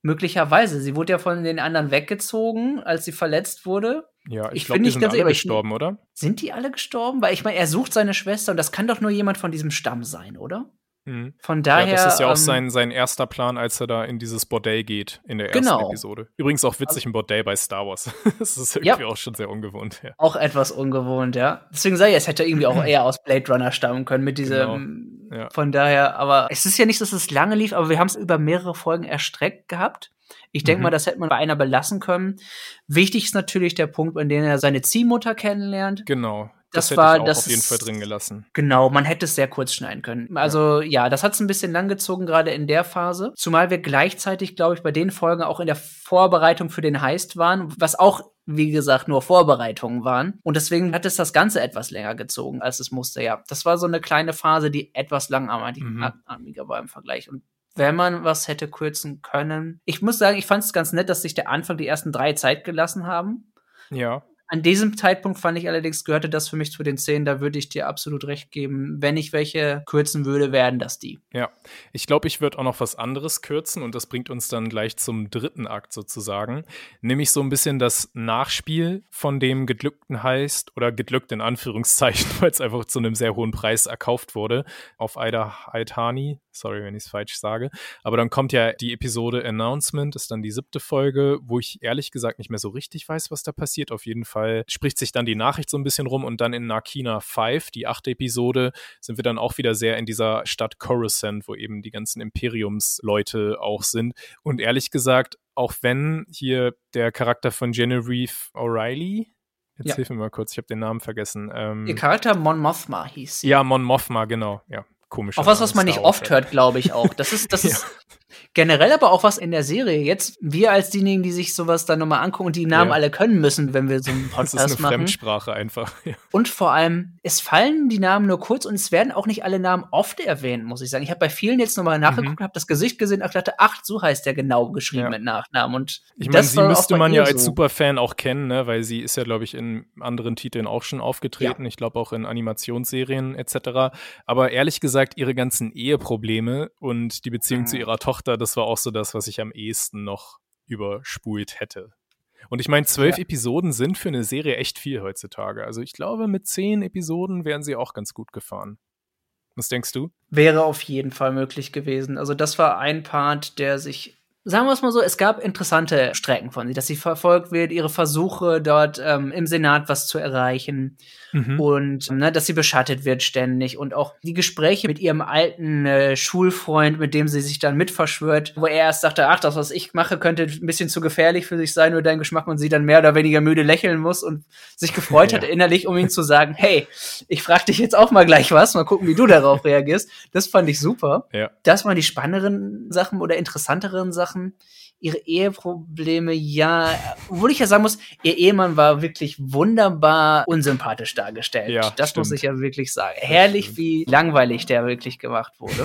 Möglicherweise. Sie wurde ja von den anderen weggezogen, als sie verletzt wurde.
Ja, ich,
Ich
glaube,
bin
die
nicht
sind
ganz
alle
sicher, aber ich-
gestorben, oder?
Sind die alle gestorben? Weil ich meine, er sucht seine Schwester und das kann doch nur jemand von diesem Stamm sein, oder?
Mhm.
Von daher.
Ja, das ist ja auch
ähm,
sein, sein erster Plan, als er da in dieses Bordell geht, in der ersten
Genau.
Episode. Übrigens auch witzig, ein Bordell bei Star Wars. Das ist irgendwie
Ja.
auch schon sehr ungewohnt. Ja.
Auch etwas ungewohnt, ja. Deswegen sage ich, es hätte irgendwie auch eher aus Blade Runner stammen können mit diesem.
Genau, ja.
Von daher, aber es ist ja nicht, dass es lange lief, aber wir haben es über mehrere Folgen erstreckt gehabt. Ich denke
Mhm.
mal, das hätte man bei einer belassen können. Wichtig ist natürlich der Punkt, in dem er seine Ziehmutter kennenlernt.
Genau. Das,
Das
hätte
war-
ich auch
das
auf jeden
ist-
Fall drin gelassen.
Genau, man hätte es sehr kurz schneiden können. Also ja, das hat es ein bisschen langgezogen, gerade in der Phase. Zumal wir gleichzeitig, glaube ich, bei den Folgen auch in der Vorbereitung für den Heist waren, was auch, wie gesagt, nur Vorbereitungen waren. Und deswegen hat es das Ganze etwas länger gezogen, als es musste. Ja, das war so eine kleine Phase, die etwas langatmiger
Mhm.
war im Vergleich. Und wenn man was hätte kürzen können. Ich muss sagen, ich fand es ganz nett, dass sich der Anfang die ersten drei Zeit gelassen haben.
Ja.
An diesem Zeitpunkt fand ich allerdings, gehörte das für mich zu den Szenen, da würde ich dir absolut recht geben. Wenn ich welche kürzen würde, wären das die.
Ja, ich glaube, ich würde auch noch was anderes kürzen und das bringt uns dann gleich zum dritten Akt sozusagen. Nämlich so ein bisschen das Nachspiel von dem geglückten Heist oder geglückt in Anführungszeichen, weil es einfach zu einem sehr hohen Preis erkauft wurde auf Aida Aitani. Sorry, wenn ich es falsch sage. Aber dann kommt ja die Episode Announcement, ist dann die siebte Folge, wo ich ehrlich gesagt nicht mehr so richtig weiß, was da passiert. Auf jeden Fall spricht sich dann die Nachricht so ein bisschen rum und dann in Narkina fünf, die achte Episode, sind wir dann auch wieder sehr in dieser Stadt Coruscant, wo eben die ganzen Imperiumsleute auch sind. Und ehrlich gesagt, auch wenn hier der Charakter von Genevieve O'Reilly, jetzt
Ja.
hilf mir mal kurz, ich habe den Namen vergessen. Ähm,
Ihr Charakter Mon Mothma hieß sie.
ja, Mon Mothma, genau, ja. Komisch.
Auch was, was man nicht oft hört, glaube ich auch. Das ist, das
Ja.
ist generell aber auch was in der Serie. Jetzt, wir als diejenigen, die sich sowas dann nochmal angucken und die Namen
Ja.
alle können müssen, wenn wir so einen
Das ist
Podcast
eine
machen.
Fremdsprache einfach. Ja.
Und vor allem, es fallen die Namen nur kurz und es werden auch nicht alle Namen oft erwähnt, muss ich sagen. Ich habe bei vielen jetzt nochmal nachgeguckt,
Mhm.
habe das Gesicht gesehen und dachte, ach, so heißt der genau geschrieben
Ja.
mit Nachnamen. Und
Ich meine,
das
sie
war auch
müsste
bei
man
ihr
ja als
so.
Superfan auch kennen, ne? Weil sie ist ja, glaube ich, in anderen Titeln auch schon aufgetreten. Ich glaube auch in Animationsserien et cetera. Aber ehrlich gesagt, ihre ganzen Eheprobleme und die Beziehung
Mhm.
zu ihrer Tochter, das war auch so das, was ich am ehesten noch überspult hätte. Und ich meine, zwölf
Ja.
Episoden sind für eine Serie echt viel heutzutage. Also ich glaube, mit zehn Episoden wären sie auch ganz gut gefahren. Was denkst du?
Wäre auf jeden Fall möglich gewesen. Also das war ein Part, der sich, sagen wir es mal so, es gab interessante Strecken von sie, dass sie verfolgt wird, ihre Versuche dort ähm, im Senat was zu erreichen
Mhm.
und ne, dass sie beschattet wird ständig und auch die Gespräche mit ihrem alten äh, Schulfreund, mit dem sie sich dann mitverschwört, wo er erst sagte, ach, das, was ich mache, könnte ein bisschen zu gefährlich für sich sein, nur dein Geschmack, und sie dann mehr oder weniger müde lächeln muss und sich gefreut hat
Ja.
innerlich, um ihm zu sagen, hey, ich frag dich jetzt auch mal gleich was, mal gucken, wie du darauf reagierst. Das fand ich super.
Ja.
Das waren die spannenderen Sachen oder interessanteren Sachen. Ihre Eheprobleme, ja, obwohl ich ja sagen muss, ihr Ehemann war wirklich wunderbar unsympathisch dargestellt.
Ja,
das
stimmt.
muss ich ja wirklich sagen. Herrlich,
stimmt.
wie langweilig der wirklich gemacht wurde.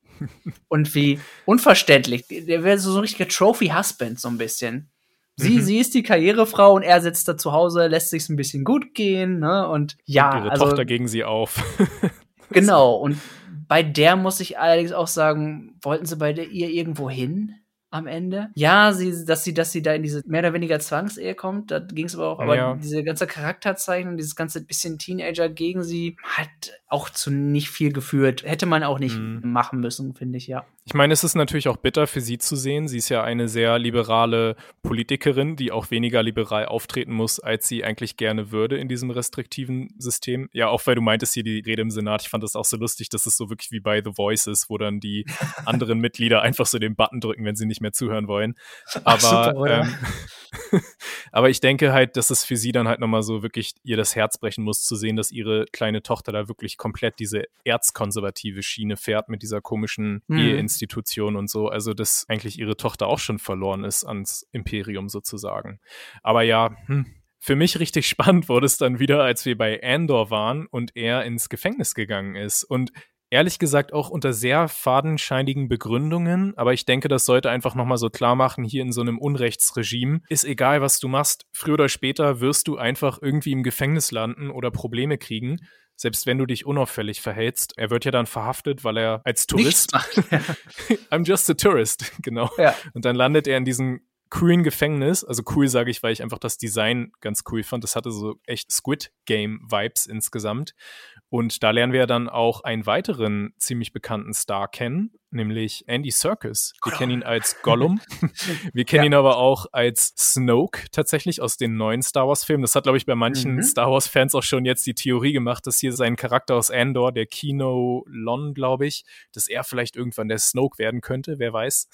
Und wie unverständlich. Der wäre so ein richtiger Trophy-Husband, so ein bisschen. Sie,
Mhm.
sie ist die Karrierefrau und er sitzt da zu Hause, lässt sich's ein bisschen gut gehen, ne? Und ja,
Und ihre
also
Tochter gegen sie auf.
genau. Und bei der muss ich allerdings auch sagen, wollten sie bei der ihr irgendwo hin am Ende? Ja, sie, dass sie, dass sie da in diese mehr oder weniger Zwangsehe kommt, da ging es aber auch, aber
Ja.
diese ganze Charakterzeichnung, dieses ganze bisschen Teenager gegen sie, hat auch zu nicht viel geführt. Hätte man auch nicht
Mhm.
machen müssen, finde ich, ja.
Ich meine, es ist natürlich auch bitter für sie zu sehen. Sie ist ja eine sehr liberale Politikerin, die auch weniger liberal auftreten muss, als sie eigentlich gerne würde in diesem restriktiven System. Ja, auch weil du meintest hier die Rede im Senat. Ich fand das auch so lustig, dass es so wirklich wie bei The Voice ist, wo dann die anderen Mitglieder einfach so den Button drücken, wenn sie nicht mehr zuhören wollen. Aber,
super, oder?
ähm, aber ich denke halt, dass es für sie dann halt nochmal so wirklich ihr das Herz brechen muss, zu sehen, dass ihre kleine Tochter da wirklich komplett diese erzkonservative Schiene fährt mit dieser komischen
Mhm.
Eheinstitution und so. Also, dass eigentlich ihre Tochter auch schon verloren ist ans Imperium sozusagen. Aber ja, hm. Für mich richtig spannend wurde es dann wieder, als wir bei Andor waren und er ins Gefängnis gegangen ist. Und ehrlich gesagt auch unter sehr fadenscheinigen Begründungen, aber ich denke, das sollte einfach nochmal so klar machen, hier in so einem Unrechtsregime, ist egal, was du machst, früher oder später wirst du einfach irgendwie im Gefängnis landen oder Probleme kriegen. selbst wenn du dich unauffällig verhältst, er wird ja dann verhaftet, weil er als Tourist, I'm just a tourist, genau. Ja. Und dann landet er in diesem coolen Gefängnis, also cool sage ich, weil ich einfach das Design ganz cool fand. Das hatte so echt Squid Game Vibes insgesamt. Und da lernen wir dann auch einen weiteren ziemlich bekannten Star kennen, nämlich Andy Serkis. Wir kennen ihn als Gollum. Wir kennen ja. ihn aber auch als Snoke tatsächlich aus den neuen Star Wars Filmen. Das hat, glaube ich, bei manchen mhm. Star Wars Fans auch schon jetzt die Theorie gemacht, dass hier sein Charakter aus Andor, der Kino Lon, glaube ich, dass er vielleicht irgendwann der Snoke werden könnte, wer weiß.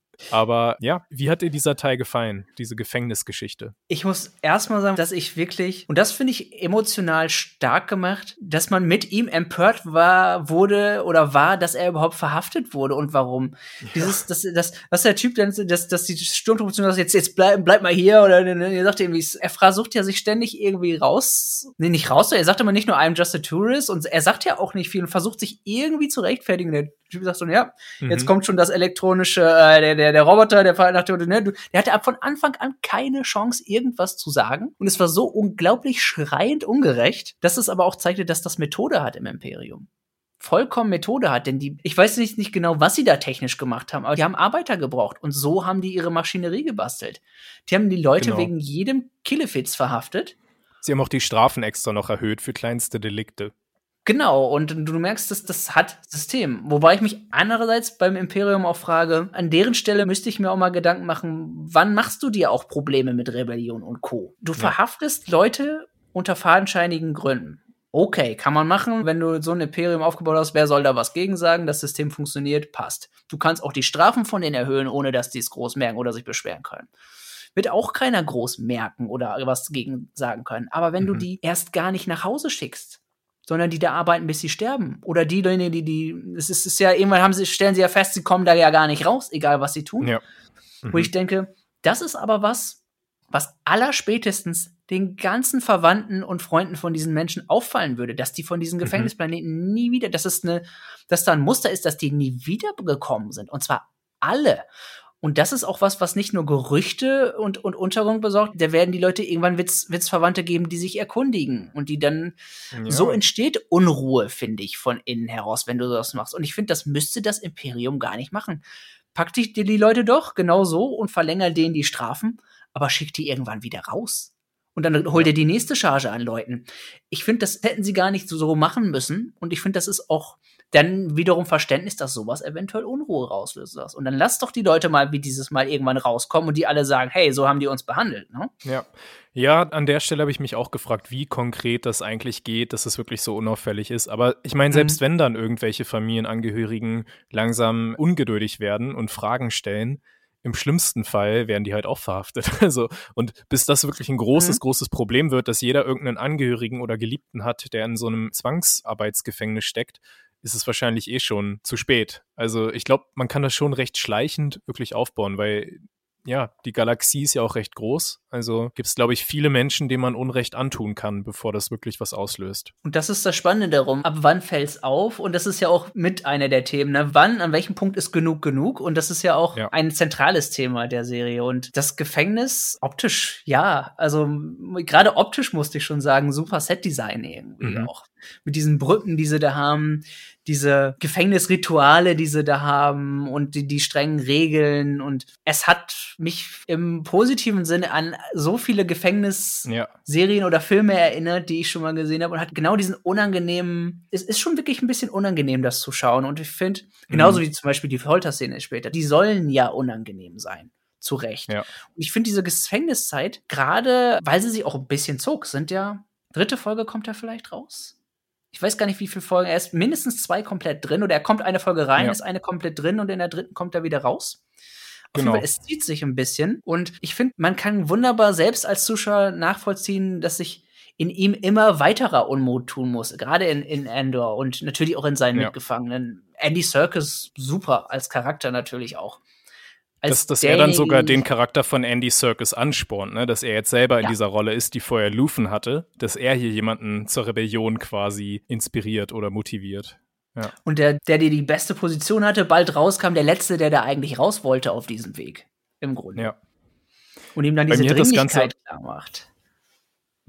Aber ja, wie hat dir dieser Teil gefallen, diese Gefängnisgeschichte?
Ich muss erstmal sagen, dass ich wirklich, und das finde ich emotional stark gemacht, dass man mit ihm empört war, wurde oder war, dass er überhaupt verhaftet wurde und warum. Ja. Dieses, das, das, was der Typ dann, dass, dass die Sturmtruppe sagt, jetzt, jetzt bleib, bleib mal hier, oder er sagt irgendwie, er versucht ja sich ständig irgendwie raus, nee, nicht raus, er sagt immer nicht nur I'm just a tourist und er sagt ja auch nicht viel und versucht sich irgendwie zu rechtfertigen. Der Typ sagt so, ja, mhm. jetzt kommt schon das elektronische, äh, der, der, der Roboter, der nach dem, ne, der hatte ab von Anfang an keine Chance, irgendwas zu sagen. Und es war so unglaublich schreiend ungerecht, dass es aber auch zeigte, dass das Methode hat im Imperium. Vollkommen Methode hat, denn die, ich weiß nicht, nicht genau, was sie da technisch gemacht haben, aber die haben Arbeiter gebraucht und so haben die ihre Maschinerie gebastelt. Die haben die Leute genau. wegen jedem Killefitz verhaftet.
Sie haben auch die Strafen extra noch erhöht für kleinste Delikte.
Genau, und du merkst, dass das hat System. Wobei ich mich andererseits beim Imperium auch frage, an deren Stelle müsste ich mir auch mal Gedanken machen, wann machst du dir auch Probleme mit Rebellion und Co.? Du ja. verhaftest Leute unter fadenscheinigen Gründen. Okay, kann man machen, wenn du so ein Imperium aufgebaut hast, wer soll da was gegen sagen? Das System funktioniert, passt. Du kannst auch die Strafen von denen erhöhen, ohne dass die es groß merken oder sich beschweren können. Wird auch keiner groß merken oder was gegen sagen können. Aber wenn mhm. du die erst gar nicht nach Hause schickst, sondern die da arbeiten, bis sie sterben. Oder die, die, die, die, es ist, ist ja, irgendwann haben sie, stellen sie ja fest, sie kommen da ja gar nicht raus, egal was sie tun. Ja. Mhm. Wo ich denke, das ist aber was, was allerspätestens den ganzen Verwandten und Freunden von diesen Menschen auffallen würde, dass die von diesen mhm. Gefängnisplaneten nie wieder, dass es eine, dass da ein Muster ist, dass die nie wiedergekommen sind. Und zwar alle. Und das ist auch was, was nicht nur Gerüchte und, und Untergrund besorgt. Da werden die Leute irgendwann Witz, Witzverwandte geben, die sich erkundigen. Und die dann, ja. so entsteht Unruhe, finde ich, von innen heraus, wenn du das machst. Und ich finde, das müsste das Imperium gar nicht machen. Pack dich die, die Leute doch genau so und verlänger denen die Strafen, aber schick die irgendwann wieder raus. Und dann hol dir die nächste Charge an Leuten. Ich finde, das hätten sie gar nicht so, so machen müssen. Und ich finde, das ist auch dann wiederum Verständnis, dass sowas eventuell Unruhe rauslöst. Und dann lass doch die Leute mal wie dieses Mal irgendwann rauskommen und die alle sagen, hey, so haben die uns behandelt. Ne?
Ja. Ja, an der Stelle habe ich mich auch gefragt, wie konkret das eigentlich geht, dass es wirklich so unauffällig ist. Aber ich meine, selbst mhm. wenn dann irgendwelche Familienangehörigen langsam ungeduldig werden und Fragen stellen, im schlimmsten Fall werden die halt auch verhaftet. Also, und bis das wirklich ein großes, mhm. großes Problem wird, dass jeder irgendeinen Angehörigen oder Geliebten hat, der in so einem Zwangsarbeitsgefängnis steckt, ist es wahrscheinlich eh schon zu spät. Also ich glaube, man kann das schon recht schleichend wirklich aufbauen, weil ja, die Galaxie ist ja auch recht groß. Also gibt es, glaube ich, viele Menschen, denen man Unrecht antun kann, bevor das wirklich was auslöst.
Und das ist das Spannende darum. Ab wann fällt's auf? Und das ist ja auch mit einer der Themen. Ne? Wann, an welchem Punkt ist genug genug? Und das ist ja auch ja. ein zentrales Thema der Serie. Und das Gefängnis, optisch, ja. Also gerade optisch musste ich schon sagen, super Set-Design irgendwie mhm. auch. Mit diesen Brücken, die sie da haben, diese Gefängnisrituale, die sie da haben und die, die strengen Regeln. Und es hat mich im positiven Sinne an so viele Gefängnisserien ja. oder Filme erinnert, die ich schon mal gesehen habe und hat genau diesen unangenehmen, es ist schon wirklich ein bisschen unangenehm, das zu schauen. Und ich finde, genauso mhm. wie zum Beispiel die Folterszene später, die sollen ja unangenehm sein. Zu Recht. Ja. Und ich finde diese Gefängniszeit, gerade weil sie sich auch ein bisschen zog, sind ja, dritte Folge kommt ja vielleicht raus. Ich weiß gar nicht, wie viele Folgen. Er ist mindestens zwei komplett drin oder er kommt eine Folge rein, ja. ist eine komplett drin und in der dritten kommt er wieder raus. Auf genau. jeden Fall, es zieht sich ein bisschen. Und ich finde, man kann wunderbar selbst als Zuschauer nachvollziehen, dass sich in ihm immer weiterer Unmut tun muss. Gerade in, in Andor und natürlich auch in seinen ja. Mitgefangenen. Andy Serkis super als Charakter natürlich auch.
Dass, dass er dann sogar den Charakter von Andy Serkis anspornt, ne? Dass er jetzt selber in ja. dieser Rolle ist, die vorher Luthen hatte, dass er hier jemanden zur Rebellion quasi inspiriert oder motiviert. Ja.
Und der, der, der die beste Position hatte, bald rauskam, der Letzte, der da eigentlich raus wollte auf diesem Weg, im Grunde.
Ja.
Und ihm dann diese Dringlichkeit klar macht.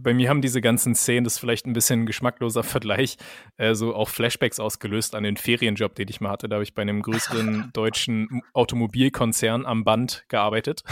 Bei mir haben diese ganzen Szenen, das ist vielleicht ein bisschen ein geschmackloser Vergleich, äh, so auch Flashbacks ausgelöst an den Ferienjob, den ich mal hatte. Da habe ich bei einem größeren deutschen Automobilkonzern am Band gearbeitet.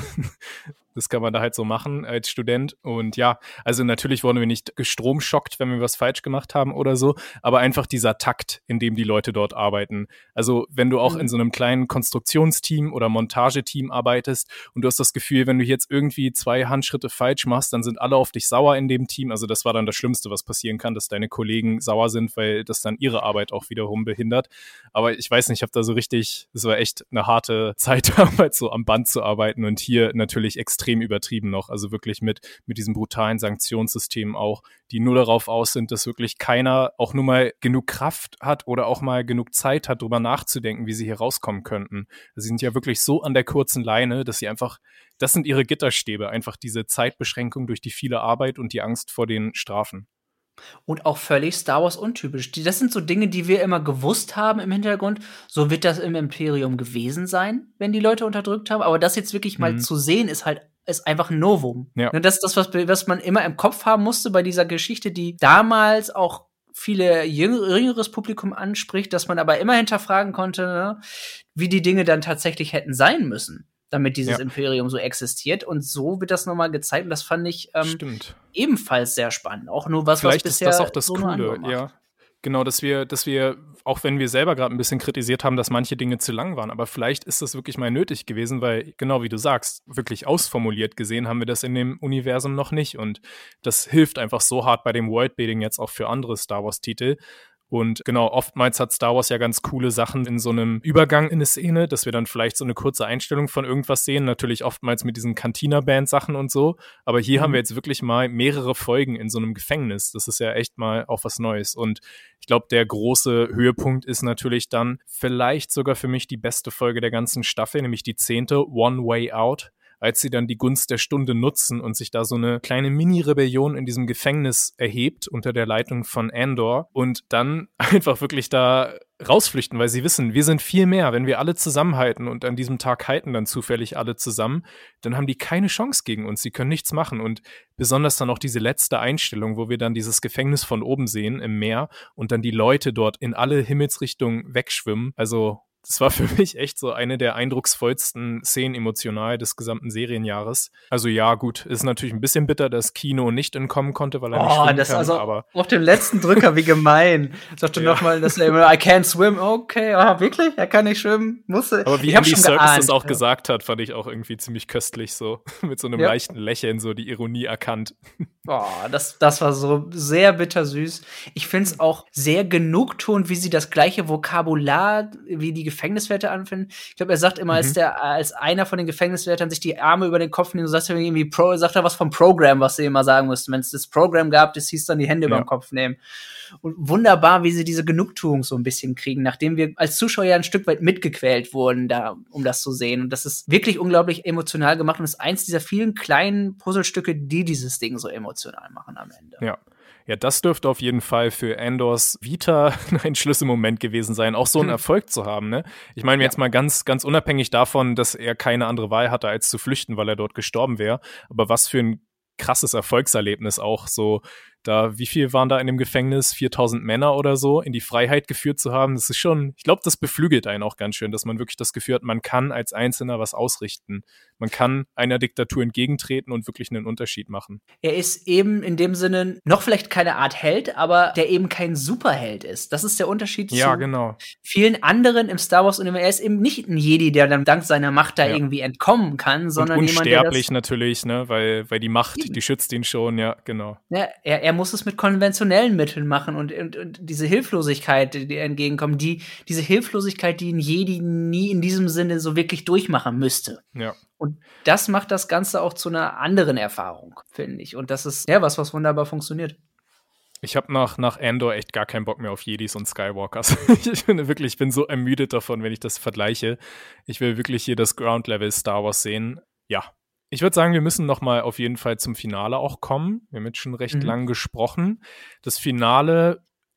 Das kann man da halt so machen als Student. Und ja, also natürlich wurden wir nicht gestromschockt, wenn wir was falsch gemacht haben oder so, aber einfach dieser Takt, in dem die Leute dort arbeiten. Also wenn du auch mhm. in so einem kleinen Konstruktionsteam oder Montageteam arbeitest und du hast das Gefühl, wenn du jetzt irgendwie zwei Handschritte falsch machst, dann sind alle auf dich sauer in dem Team. Also das war dann das Schlimmste, was passieren kann, dass deine Kollegen sauer sind, weil das dann ihre Arbeit auch wiederum behindert. Aber ich weiß nicht, ich habe da so richtig, es war echt eine harte Zeit damals so am Band zu arbeiten und hier natürlich extrem übertrieben noch, also wirklich mit, mit diesem brutalen Sanktionssystem auch, die nur darauf aus sind, dass wirklich keiner auch nur mal genug Kraft hat oder auch mal genug Zeit hat, drüber nachzudenken, wie sie hier rauskommen könnten. Sie sind ja wirklich so an der kurzen Leine, dass sie einfach, das sind ihre Gitterstäbe, einfach diese Zeitbeschränkung durch die viele Arbeit und die Angst vor den Strafen.
Und auch völlig Star Wars untypisch. Die, das sind so Dinge, die wir immer gewusst haben im Hintergrund. So wird das im Imperium gewesen sein, wenn die Leute unterdrückt haben. Aber das jetzt wirklich mal mhm. zu sehen, ist halt ist einfach ein Novum. Ja. Das ist das, was, was man immer im Kopf haben musste bei dieser Geschichte, die damals auch viele jüngeres Publikum anspricht, dass man aber immer hinterfragen konnte, ne, wie die Dinge dann tatsächlich hätten sein müssen, damit dieses ja. Imperium so existiert. Und so wird das nochmal gezeigt. Und das fand ich ähm, ebenfalls sehr spannend. Auch nur was,
Vielleicht
was bisher
ist das auch das
so
Coole, ja. Genau, dass wir, dass wir, auch wenn wir selber gerade ein bisschen kritisiert haben, dass manche Dinge zu lang waren, aber vielleicht ist das wirklich mal nötig gewesen, weil, genau wie du sagst, wirklich ausformuliert gesehen haben wir das in dem Universum noch nicht und das hilft einfach so hart bei dem Worldbuilding jetzt auch für andere Star Wars-Titel. Und genau, oftmals hat Star Wars ja ganz coole Sachen in so einem Übergang in eine Szene, dass wir dann vielleicht so eine kurze Einstellung von irgendwas sehen, natürlich oftmals mit diesen Cantina-Band-Sachen und so, aber hier mhm. haben wir jetzt wirklich mal mehrere Folgen in so einem Gefängnis. Das ist ja echt mal auch was Neues und ich glaube, der große Höhepunkt ist natürlich dann vielleicht sogar für mich die beste Folge der ganzen Staffel, nämlich die zehnte, One Way Out, als sie dann die Gunst der Stunde nutzen und sich da so eine kleine Mini-Rebellion in diesem Gefängnis erhebt unter der Leitung von Andor und dann einfach wirklich da rausflüchten, weil sie wissen, wir sind viel mehr. Wenn wir alle zusammenhalten und an diesem Tag halten dann zufällig alle zusammen, dann haben die keine Chance gegen uns. Sie können nichts machen und besonders dann auch diese letzte Einstellung, wo wir dann dieses Gefängnis von oben sehen im Meer und dann die Leute dort in alle Himmelsrichtungen wegschwimmen. Also das war für mich echt so eine der eindrucksvollsten Szenen emotional des gesamten Serienjahres. Also ja, gut, ist natürlich ein bisschen bitter, dass Kino nicht entkommen konnte, weil er nicht
oh,
schwimmen
das
kann.
Also
aber
auf dem letzten Drücker, wie gemein. Sagte ja. nochmal, dass er immer, I can't swim. Okay, ah, wirklich? Er kann nicht schwimmen? Musste.
Aber wie Andy Serkis das auch ja. gesagt hat, fand ich auch irgendwie ziemlich köstlich so. Mit so einem ja. leichten Lächeln so die Ironie erkannt.
Oh, das, das war so sehr bittersüß. Ich finde es auch sehr genugtuend, wie sie das gleiche Vokabular wie die Gefängniswärter anfinden. Ich glaube, er sagt immer, mhm. als der, als einer von den Gefängniswärtern sich die Arme über den Kopf nimmt, so sagt er irgendwie Pro, sagt er was vom Programm, was sie immer sagen mussten. Wenn es das Programm gab, das hieß dann die Hände ja. über den Kopf nehmen. Und wunderbar, wie sie diese Genugtuung so ein bisschen kriegen, nachdem wir als Zuschauer ja ein Stück weit mitgequält wurden, da, um das zu sehen. Und das ist wirklich unglaublich emotional gemacht und ist eins dieser vielen kleinen Puzzlestücke, die dieses Ding so emotional machen am Ende.
Ja. Ja, das dürfte auf jeden Fall für Andors Vita ein Schlüsselmoment gewesen sein, auch so einen Erfolg zu haben, ne? Ich meine, ja. jetzt mal ganz, ganz unabhängig davon, dass er keine andere Wahl hatte, als zu flüchten, weil er dort gestorben wäre. Aber was für ein krasses Erfolgserlebnis auch so, da, wie viel waren da in dem Gefängnis? viertausend Männer oder so, in die Freiheit geführt zu haben. Das ist schon, ich glaube, das beflügelt einen auch ganz schön, dass man wirklich das Gefühl hat, man kann als Einzelner was ausrichten. Man kann einer Diktatur entgegentreten und wirklich einen Unterschied machen.
Er ist eben in dem Sinne noch vielleicht keine Art Held, aber der eben kein Superheld ist. Das ist der Unterschied
ja,
zu
genau.
vielen anderen im Star Wars-Universum. Er ist eben nicht ein Jedi, der dann dank seiner Macht da ja. irgendwie entkommen kann, sondern
und
jemand,
der
unsterblich
das natürlich, ne, weil, weil die Macht, eben. die schützt ihn schon, ja, genau.
Ja, er, er muss es mit konventionellen Mitteln machen und, und, und diese Hilflosigkeit, die er entgegenkommt, die, diese Hilflosigkeit, die ein Jedi nie in diesem Sinne so wirklich durchmachen müsste.
Ja.
Und das macht das Ganze auch zu einer anderen Erfahrung, finde ich. Und das ist ja was, was wunderbar funktioniert.
Ich habe nach, nach Andor echt gar keinen Bock mehr auf Jedis und Skywalkers. Ich bin wirklich, ich bin so ermüdet davon, wenn ich das vergleiche. Ich will wirklich hier das Ground-Level Star Wars sehen. Ja. Ich würde sagen, wir müssen noch mal auf jeden Fall zum Finale auch kommen. Wir haben jetzt schon recht mhm. lang gesprochen. Das Finale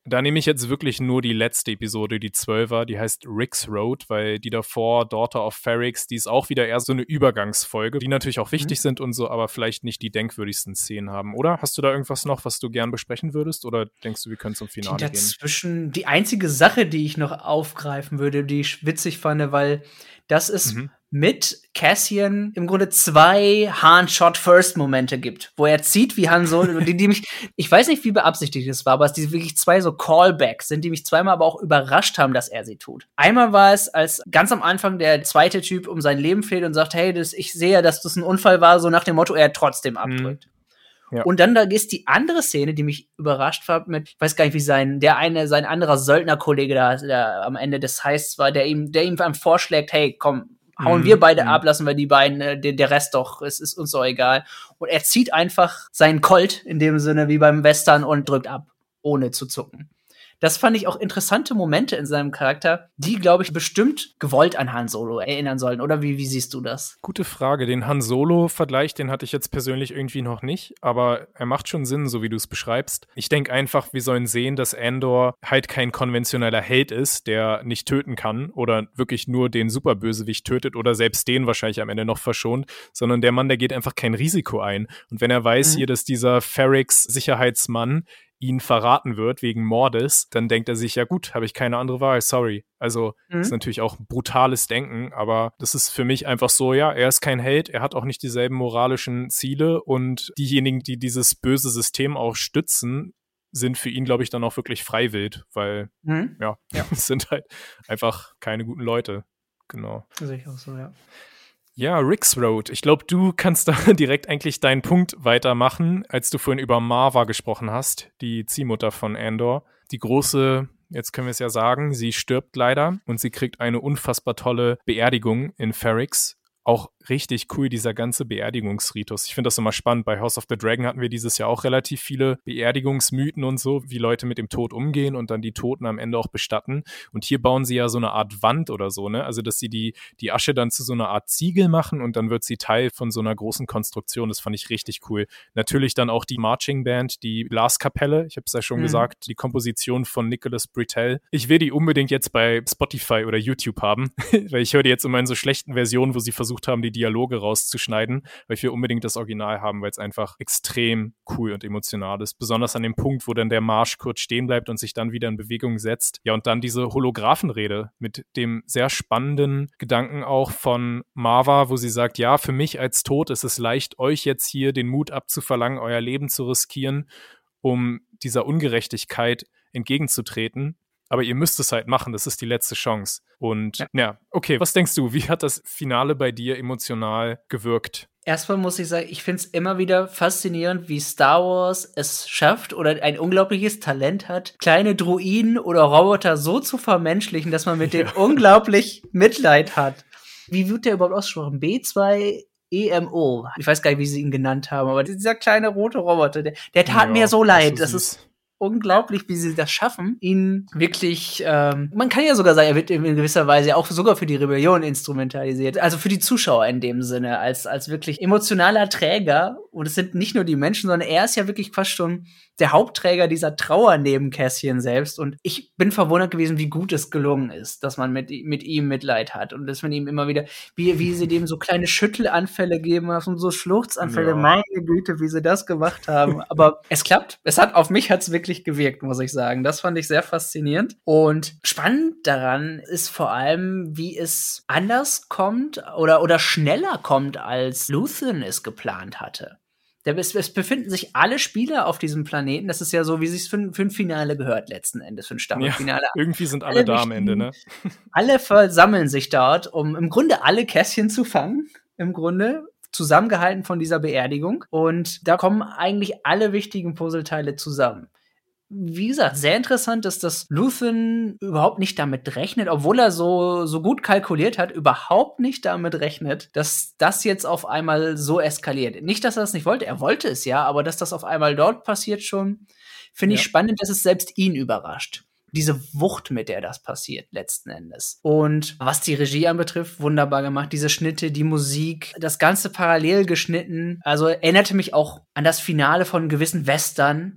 Da nehme ich jetzt wirklich nur die letzte Episode, die zwölfer, die heißt Rick's Road, weil die davor, Daughter of Ferrix, die ist auch wieder eher so eine Übergangsfolge, die natürlich auch wichtig mhm. sind und so, aber vielleicht nicht die denkwürdigsten Szenen haben, oder? Hast du da irgendwas noch, was du gern besprechen würdest, oder denkst du, wir können zum Finale
die
dazwischen,
gehen? Die einzige Sache, die ich noch aufgreifen würde, die ich witzig fand, weil das ist mhm. mit Cassian im Grunde zwei Han-Shot-First-Momente gibt, wo er zieht wie Han Solo, die, die mich, ich weiß nicht, wie beabsichtigt es war, aber es die wirklich zwei so Callbacks sind, die mich zweimal aber auch überrascht haben, dass er sie tut. Einmal war es, als ganz am Anfang der zweite Typ um sein Leben fehlt und sagt, hey, das, ich sehe ja, dass das ein Unfall war, so nach dem Motto, er trotzdem abdrückt. Mhm. Ja. Und dann da ist die andere Szene, die mich überrascht hat, mit, ich weiß gar nicht, wie sein, der eine, sein anderer Söldnerkollege da, der am Ende des Heists war, der ihm, der ihm einem vorschlägt, hey, komm, hauen wir beide ab, lassen wir die beiden, äh, der, der Rest doch, es ist uns doch egal. Und er zieht einfach seinen Colt, in dem Sinne wie beim Western, und drückt ab, ohne zu zucken. Das fand ich auch interessante Momente in seinem Charakter, die, glaube ich, bestimmt gewollt an Han Solo erinnern sollen. Oder wie, wie siehst du das?
Gute Frage. Den Han Solo-Vergleich, den hatte ich jetzt persönlich irgendwie noch nicht. Aber er macht schon Sinn, so wie du es beschreibst. Ich denke einfach, wir sollen sehen, dass Andor halt kein konventioneller Held ist, der nicht töten kann oder wirklich nur den Superbösewicht tötet oder selbst den wahrscheinlich am Ende noch verschont, sondern der Mann, der geht einfach kein Risiko ein. Und wenn er weiß mhm. hier, dass dieser Ferrix-Sicherheitsmann ihn verraten wird wegen Mordes, dann denkt er sich, ja gut, habe ich keine andere Wahl, sorry. Also mhm. ist natürlich auch brutales Denken, aber das ist für mich einfach so, ja, er ist kein Held, er hat auch nicht dieselben moralischen Ziele und diejenigen, die dieses böse System auch stützen, sind für ihn, glaube ich, dann auch wirklich freiwillig, weil, mhm. ja, ja, es sind halt einfach keine guten Leute. Genau.
Sehe ich auch so, ja.
Ja, Rick's Road. Ich glaube, du kannst da direkt eigentlich deinen Punkt weitermachen, als du vorhin über Marva gesprochen hast, die Ziehmutter von Andor. Die große, jetzt können wir es ja sagen, sie stirbt leider und sie kriegt eine unfassbar tolle Beerdigung in Ferrix. Auch richtig cool, dieser ganze Beerdigungsritus. Ich finde das immer spannend. Bei House of the Dragon hatten wir dieses Jahr auch relativ viele Beerdigungsmythen und so, wie Leute mit dem Tod umgehen und dann die Toten am Ende auch bestatten. Und hier bauen sie ja so eine Art Wand oder so, ne? Also, dass sie die, die Asche dann zu so einer Art Ziegel machen und dann wird sie Teil von so einer großen Konstruktion. Das fand ich richtig cool. Natürlich dann auch die Marching Band, die Blaskapelle. Ich habe es ja schon mhm. gesagt, die Komposition von Nicholas Britell. Ich will die unbedingt jetzt bei Spotify oder YouTube haben, weil ich höre die jetzt immer in so schlechten Versionen, wo sie versuchen, haben, die Dialoge rauszuschneiden, weil ich will unbedingt das Original haben, weil es einfach extrem cool und emotional ist. Besonders an dem Punkt, wo dann der Marsch kurz stehen bleibt und sich dann wieder in Bewegung setzt. Ja, und dann diese Holographenrede mit dem sehr spannenden Gedanken auch von Marva, wo sie sagt, ja, für mich als Tod ist es leicht, euch jetzt hier den Mut abzuverlangen, euer Leben zu riskieren, um dieser Ungerechtigkeit entgegenzutreten. Aber ihr müsst es halt machen, das ist die letzte Chance. Und ja. ja, okay, was denkst du, wie hat das Finale bei dir emotional gewirkt?
Erstmal muss ich sagen, ich finde es immer wieder faszinierend, wie Star Wars es schafft oder ein unglaubliches Talent hat, kleine Droiden oder Roboter so zu vermenschlichen, dass man mit ja. denen unglaublich Mitleid hat. Wie wird der überhaupt ausgesprochen? B zwei E M O. Ich weiß gar nicht, wie sie ihn genannt haben, aber dieser kleine rote Roboter, der, der tat ja, mir so leid. Das, so das ist unglaublich, wie sie das schaffen, ihn wirklich, ähm, man kann ja sogar sagen, er wird in gewisser Weise auch sogar für die Rebellion instrumentalisiert, also für die Zuschauer in dem Sinne, als als wirklich emotionaler Träger. Und es sind nicht nur die Menschen, sondern er ist ja wirklich fast schon der Hauptträger dieser Trauer neben Cassian selbst. Und ich bin verwundert gewesen, wie gut es gelungen ist, dass man mit, mit ihm Mitleid hat und dass man ihm immer wieder, wie, wie sie dem so kleine Schüttelanfälle geben und so Schluchzanfälle. Ja. Meine Güte, wie sie das gemacht haben. Aber es klappt. Es hat, auf mich hat's wirklich gewirkt, muss ich sagen. Das fand ich sehr faszinierend. Und spannend daran ist vor allem, wie es anders kommt oder, oder schneller kommt, als Luthen es geplant hatte. Es, es befinden sich alle Spieler auf diesem Planeten. Das ist ja so, wie es sich für, für ein Finale gehört, letzten Endes, für ein Staffelfinale.
Ja, irgendwie sind alle, alle da am Ende, ne?
Alle versammeln sich dort, um im Grunde alle Kästchen zu fangen. Im Grunde. Zusammengehalten von dieser Beerdigung. Und da kommen eigentlich alle wichtigen Puzzleteile zusammen. Wie gesagt, sehr interessant ist, dass Luthen überhaupt nicht damit rechnet, obwohl er so, so gut kalkuliert hat, überhaupt nicht damit rechnet, dass das jetzt auf einmal so eskaliert. Nicht, dass er das nicht wollte, er wollte es ja, aber dass das auf einmal dort passiert schon, finde ja. ich spannend, dass es selbst ihn überrascht. Diese Wucht, mit der das passiert, letzten Endes. Und was die Regie anbetrifft, wunderbar gemacht. Diese Schnitte, die Musik, das Ganze parallel geschnitten. Also erinnerte mich auch an das Finale von gewissen Western,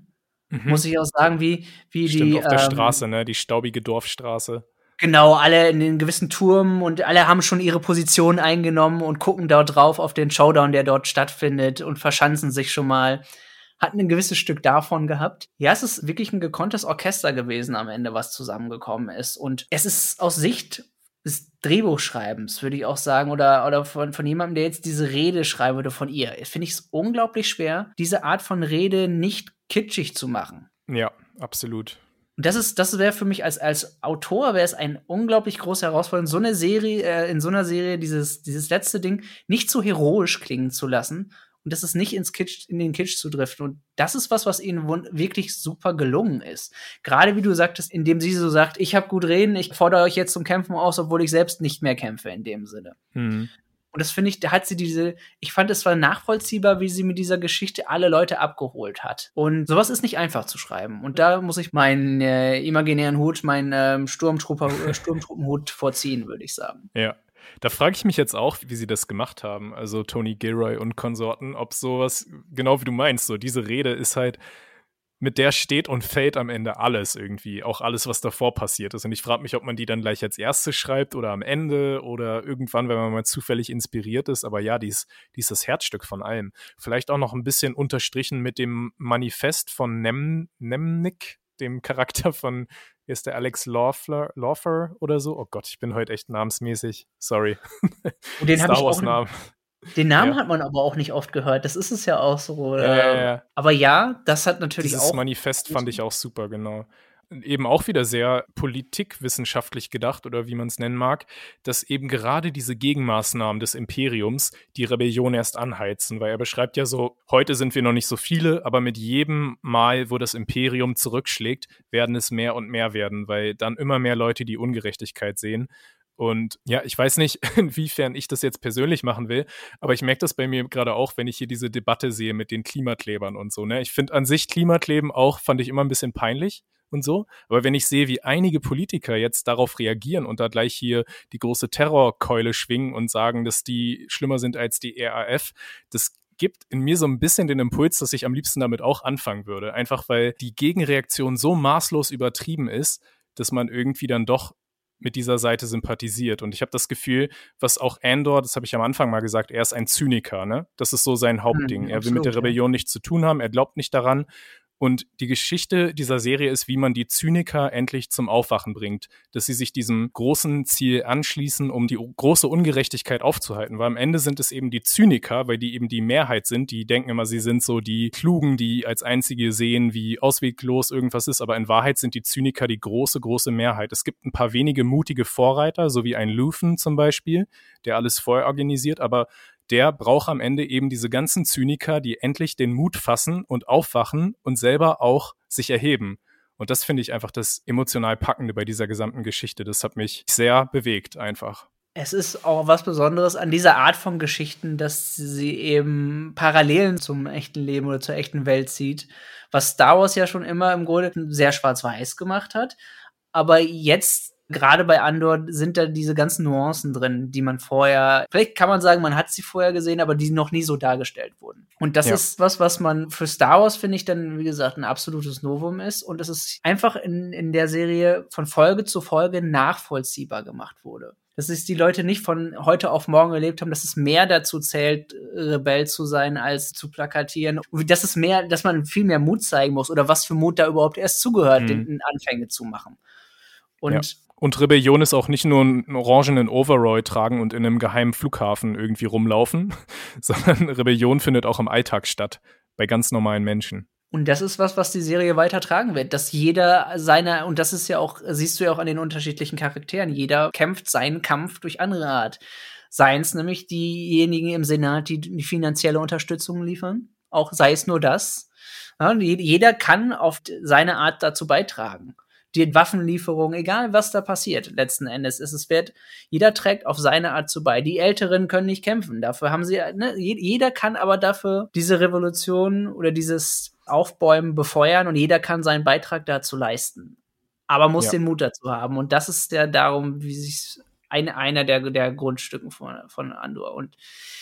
Mhm.
Muss ich auch sagen, wie, wie
Stimmt,
die.
auf der
ähm,
Straße, ne? Die staubige Dorfstraße.
Genau, alle in den gewissen Turmen und alle haben schon ihre Position eingenommen und gucken dort drauf auf den Showdown, der dort stattfindet und verschanzen sich schon mal. Hatten ein gewisses Stück davon gehabt. Ja, es ist wirklich ein gekonntes Orchester gewesen am Ende, was zusammengekommen ist. Und es ist aus Sicht des Drehbuchschreibens, würde ich auch sagen, oder, oder von, von jemandem, der jetzt diese Rede schreiben würde von ihr, finde ich es unglaublich schwer, diese Art von Rede nicht kitschig zu machen.
Ja, absolut.
Und das ist, das wäre für mich als, als Autor wäre es ein unglaublich große Herausforderung, so eine Serie, äh, in so einer Serie dieses, dieses letzte Ding nicht so heroisch klingen zu lassen und dass es nicht ins Kitsch, in den Kitsch zu driften. Und das ist was, was ihnen wirklich super gelungen ist. Gerade wie du sagtest, indem sie so sagt, ich habe gut reden, ich fordere euch jetzt zum Kämpfen aus, obwohl ich selbst nicht mehr kämpfe in dem Sinne.
Mhm.
Und das finde ich, da hat sie diese, ich fand es zwar nachvollziehbar, wie sie mit dieser Geschichte alle Leute abgeholt hat. Und sowas ist nicht einfach zu schreiben. Und da muss ich meinen äh, imaginären Hut, meinen ähm, Sturmtrooper, äh, Sturmtruppenhut vorziehen, würde ich sagen.
Ja. Da frage ich mich jetzt auch, wie sie das gemacht haben, also Tony Gilroy und Konsorten, ob sowas, genau wie du meinst, so diese Rede ist halt, mit der steht und fällt am Ende alles irgendwie, auch alles, was davor passiert ist. Und ich frage mich, ob man die dann gleich als erste schreibt oder am Ende oder irgendwann, wenn man mal zufällig inspiriert ist. Aber ja, die ist, die ist das Herzstück von allem. Vielleicht auch noch ein bisschen unterstrichen mit dem Manifest von Nem, Nemnick, dem Charakter von, hier ist der Alex Lawfer, Lawfer oder so. Oh Gott, ich bin heute echt namensmäßig. Sorry.
Und den habe ich auch.
Namen.
Den Namen
ja.
hat man aber auch nicht oft gehört. Das ist es ja auch so.
Ja, ja, ja.
Aber ja, das hat natürlich
Dieses
auch.
Dieses Manifest fand ich auch super, genau. Eben auch wieder sehr politikwissenschaftlich gedacht oder wie man es nennen mag, dass eben gerade diese Gegenmaßnahmen des Imperiums die Rebellion erst anheizen, weil er beschreibt ja so, heute sind wir noch nicht so viele, aber mit jedem Mal, wo das Imperium zurückschlägt, werden es mehr und mehr werden, weil dann immer mehr Leute die Ungerechtigkeit sehen. Und ja, ich weiß nicht, inwiefern ich das jetzt persönlich machen will, aber ich merke das bei mir gerade auch, wenn ich hier diese Debatte sehe mit den Klimaklebern und so, ne? Ich finde an sich Klimakleben auch, fand ich immer ein bisschen peinlich und so, aber wenn ich sehe, wie einige Politiker jetzt darauf reagieren und da gleich hier die große Terrorkeule schwingen und sagen, dass die schlimmer sind als die R A F, das gibt in mir so ein bisschen den Impuls, dass ich am liebsten damit auch anfangen würde, einfach weil die Gegenreaktion so maßlos übertrieben ist, dass man irgendwie dann doch mit dieser Seite sympathisiert. Und ich habe das Gefühl, was auch Andor, das habe ich am Anfang mal gesagt, er ist ein Zyniker, ne? Das ist so sein Hauptding.
Hm,
er will
absolut,
mit der Rebellion ja. nichts zu tun haben, er glaubt nicht daran. Und die Geschichte dieser Serie ist, wie man die Zyniker endlich zum Aufwachen bringt, dass sie sich diesem großen Ziel anschließen, um die große Ungerechtigkeit aufzuhalten. Weil am Ende sind es eben die Zyniker, weil die eben die Mehrheit sind, die denken immer, sie sind so die Klugen, die als Einzige sehen, wie ausweglos irgendwas ist. Aber in Wahrheit sind die Zyniker die große, große Mehrheit. Es gibt ein paar wenige mutige Vorreiter, so wie ein Luthen zum Beispiel, der alles vorher organisiert, aber der braucht am Ende eben diese ganzen Zyniker, die endlich den Mut fassen und aufwachen und selber auch sich erheben. Und das finde ich einfach das emotional Packende bei dieser gesamten Geschichte. Das hat mich sehr bewegt einfach.
Es ist auch was Besonderes an dieser Art von Geschichten, dass sie eben Parallelen zum echten Leben oder zur echten Welt zieht, was Star Wars ja schon immer im Grunde sehr schwarz-weiß gemacht hat. Aber jetzt gerade bei Andor sind da diese ganzen Nuancen drin, die man vorher, vielleicht kann man sagen, man hat sie vorher gesehen, aber die noch nie so dargestellt wurden. Und das ja. ist was, was man für Star Wars, finde ich, dann, wie gesagt, ein absolutes Novum ist. Und es ist einfach in, in der Serie von Folge zu Folge nachvollziehbar gemacht wurde. Dass es die Leute nicht von heute auf morgen erlebt haben, dass es mehr dazu zählt, Rebell zu sein, als zu plakatieren. Dass es mehr, dass man viel mehr Mut zeigen muss oder was für Mut da überhaupt erst zugehört, mhm. den Anfänge zu machen. Und
ja. Und Rebellion ist auch nicht nur einen orangenen Overall tragen und in einem geheimen Flughafen irgendwie rumlaufen, sondern Rebellion findet auch im Alltag statt, bei ganz normalen Menschen.
Und das ist was, was die Serie weitertragen wird, dass jeder seiner, und das ist ja auch, siehst du ja auch an den unterschiedlichen Charakteren, jeder kämpft seinen Kampf durch andere Art. Seien es nämlich diejenigen im Senat, die die finanzielle Unterstützung liefern, auch sei es nur das. Ja, jeder kann auf seine Art dazu beitragen. Die Waffenlieferung, egal was da passiert, letzten Endes ist es wert, jeder trägt auf seine Art zu bei. Die Älteren können nicht kämpfen, dafür haben sie, ne, jeder kann aber dafür diese Revolution oder dieses Aufbäumen befeuern und jeder kann seinen Beitrag dazu leisten. Aber muss ja. den Mut dazu haben und das ist der darum, wie sich ein, einer der, der Grundstücken von, von Andor und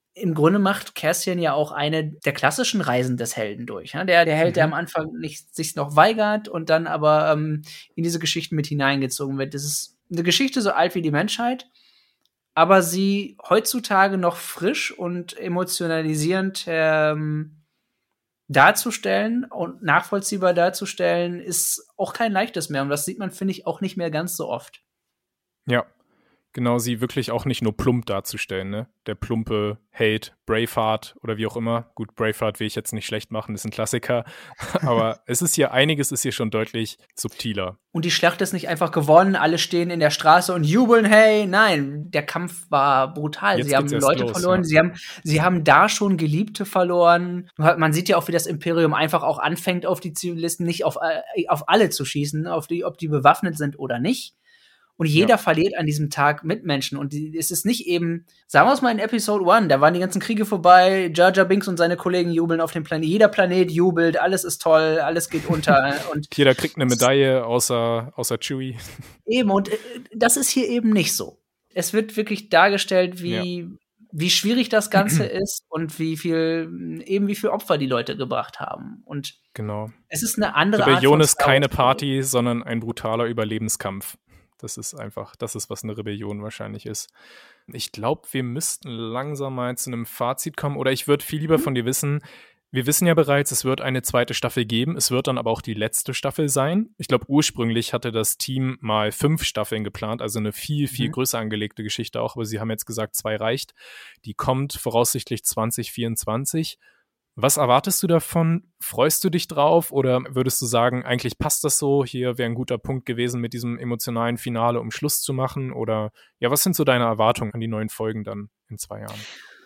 im Grunde macht Cassian ja auch eine der klassischen Reisen des Helden durch. Ne? Der, der Held, mhm. der am Anfang nicht, sich noch weigert und dann aber ähm, in diese Geschichten mit hineingezogen wird. Das ist eine Geschichte so alt wie die Menschheit, aber sie heutzutage noch frisch und emotionalisierend ähm, darzustellen und nachvollziehbar darzustellen, ist auch kein leichtes mehr. Und das sieht man, finde ich, auch nicht mehr ganz so oft.
Ja, genau, sie wirklich auch nicht nur plump darzustellen, ne? Der plumpe Held, Braveheart oder wie auch immer. Gut, Braveheart will ich jetzt nicht schlecht machen, ist ein Klassiker. Aber es ist hier, einiges ist hier schon deutlich subtiler.
Und die Schlacht ist nicht einfach gewonnen, alle stehen in der Straße und jubeln, hey, nein, der Kampf war brutal.
Jetzt
sie haben Leute los, verloren, ja. sie haben sie haben da schon Geliebte verloren. Man sieht ja auch, wie das Imperium einfach auch anfängt, auf die Zivilisten nicht auf, auf alle zu schießen, auf die, ob die bewaffnet sind oder nicht. Und jeder ja. verliert an diesem Tag Mitmenschen. Und die, es ist nicht eben, sagen wir es mal in Episode eins, da waren die ganzen Kriege vorbei, Jar Jar Binks und seine Kollegen jubeln auf dem Planet. Jeder Planet jubelt, alles ist toll, alles geht unter. Und
jeder kriegt eine Medaille, außer, außer Chewie.
Eben, und äh, das ist hier eben nicht so. Es wird wirklich dargestellt, wie, ja. wie schwierig das Ganze ist und wie viel, eben wie viel Opfer die Leute gebracht haben. Und
genau.
Es ist eine andere
Rebellion
Art von
ist keine Party, sondern ein brutaler Überlebenskampf. Das ist einfach, das ist, was eine Rebellion wahrscheinlich ist. Ich glaube, wir müssten langsam mal zu einem Fazit kommen. Oder ich würde viel lieber von dir wissen, wir wissen ja bereits, es wird eine zweite Staffel geben. Es wird dann aber auch die letzte Staffel sein. Ich glaube, ursprünglich hatte das Team mal fünf Staffeln geplant, also eine viel, viel mhm. größer angelegte Geschichte auch. Aber sie haben jetzt gesagt, zwei reicht. Die kommt voraussichtlich zwanzig vierundzwanzig. Was erwartest du davon? Freust du dich drauf oder würdest du sagen, eigentlich passt das so? Hier wäre ein guter Punkt gewesen, mit diesem emotionalen Finale um Schluss zu machen? Oder ja, was sind so deine Erwartungen an die neuen Folgen dann in zwei Jahren?